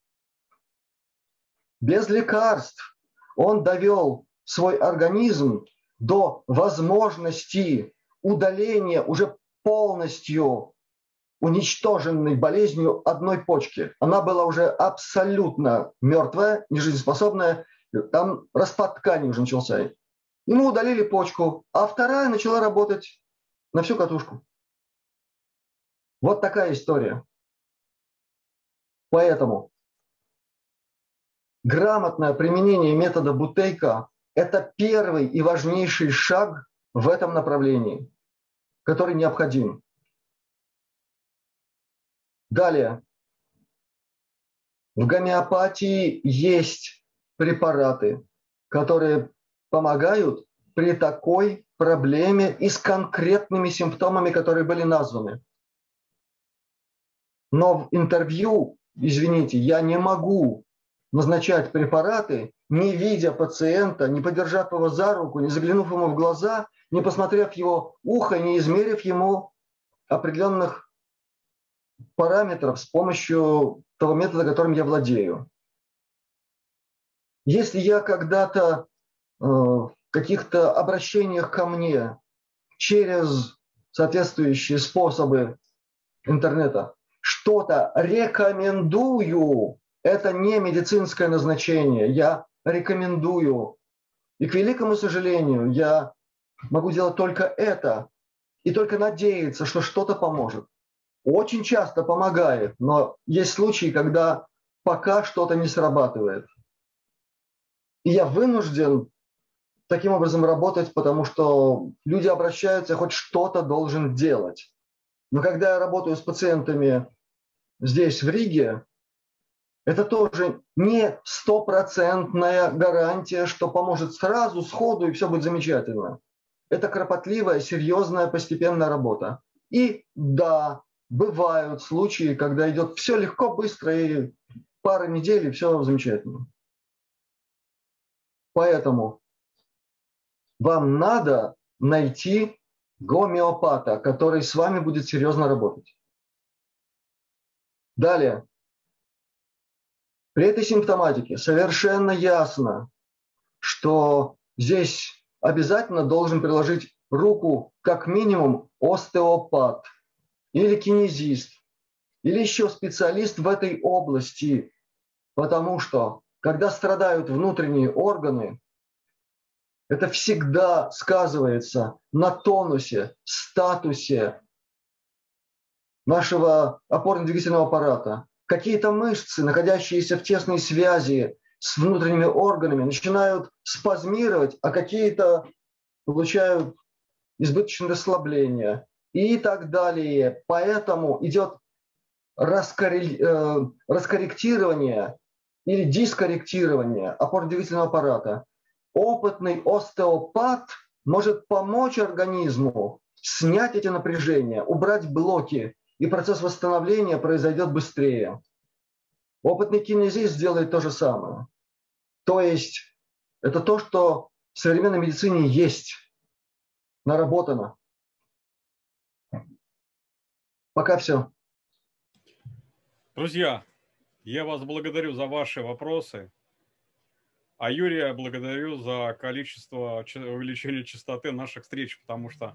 без лекарств, он довел свой организм до возможности удаления уже полностью уничтоженной болезнью одной почки. Она была уже абсолютно мертвая, нежизнеспособная, там распад ткани уже начался. Ему удалили почку, а вторая начала работать на всю катушку. Вот такая история. Поэтому грамотное применение метода Бутейка – это первый и важнейший шаг в этом направлении, который необходим. Далее. В гомеопатии есть препараты, которые помогают при такой проблеме и с конкретными симптомами, которые были названы. Но в интервью, извините, я не могу назначать препараты, не видя пациента, не подержав его за руку, не заглянув ему в глаза, не посмотрев его ухо, не измерив ему определенных параметров с помощью того метода, которым я владею. Если я когда-то в каких-то обращениях ко мне через соответствующие способы интернета что-то рекомендую, это не медицинское назначение, я рекомендую. И, к великому сожалению, я могу делать только это и только надеяться, что что-то поможет. Очень часто помогает, но есть случаи, когда пока что-то не срабатывает. И я вынужден таким образом работать, потому что люди обращаются, хоть что-то должен делать. Но когда я работаю с пациентами здесь, в Риге, это тоже не стопроцентная гарантия, что поможет сразу, сходу, и все будет замечательно. Это кропотливая, серьезная, постепенная работа. И да, бывают случаи, когда идет все легко, быстро, и пара недель, и все замечательно. Поэтому вам надо найти гомеопата, который с вами будет серьезно работать. Далее. При этой симптоматике совершенно ясно, что здесь обязательно должен приложить руку как минимум остеопат или кинезист, или еще специалист в этой области, потому что когда страдают внутренние органы, это всегда сказывается на тонусе, статусе нашего опорно-двигательного аппарата. Какие-то мышцы, находящиеся в тесной связи с внутренними органами, начинают спазмировать, а какие-то получают избыточное расслабление и так далее. Поэтому идет раскорректирование или дискорректирование опорно-двигательного аппарата. Опытный остеопат может помочь организму снять эти напряжения, убрать блоки, и процесс восстановления произойдет быстрее. Опытный кинезист сделает то же самое. То есть это то, что в современной медицине есть, наработано. Пока все. Друзья, я вас благодарю за ваши вопросы. А Юрия благодарю за количество увеличения частоты наших встреч, потому что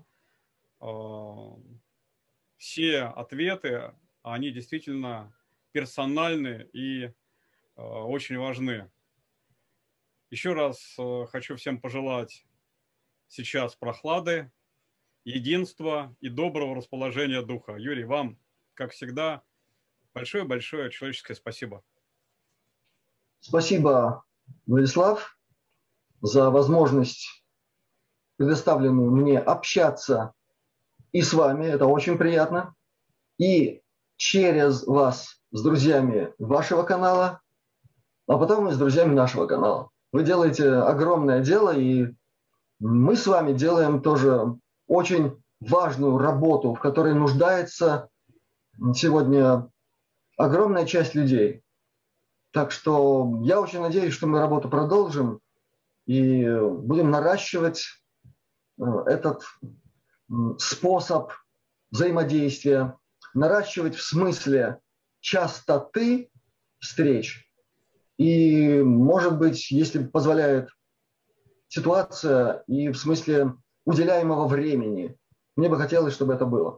все ответы, они действительно персональны и очень важны. Еще раз хочу всем пожелать сейчас прохлады, единства и доброго расположения духа. Юрий, вам, как всегда, большое-большое человеческое спасибо. Спасибо, Владислав, за возможность, предоставленную мне, общаться и с вами. Это очень приятно. И через вас с друзьями вашего канала, а потом и с друзьями нашего канала. Вы делаете огромное дело, и мы с вами делаем тоже очень важную работу, в которой нуждается сегодня огромная часть людей. Так что я очень надеюсь, что мы работу продолжим и будем наращивать этот способ взаимодействия наращивать в смысле частоты встреч. И, может быть, если позволяет ситуация и в смысле уделяемого времени, мне бы хотелось, чтобы это было.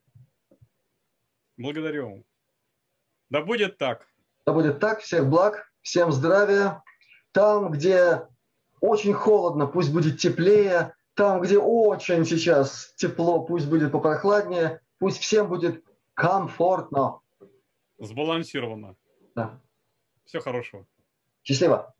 Благодарю. Да будет так. Да будет так. Всех благ, всем здравия. Там, где очень холодно, пусть будет теплее. Там, где очень сейчас тепло, пусть будет попрохладнее. Пусть всем будет комфортно. Сбалансировано. Да. Всего хорошего. Счастливо.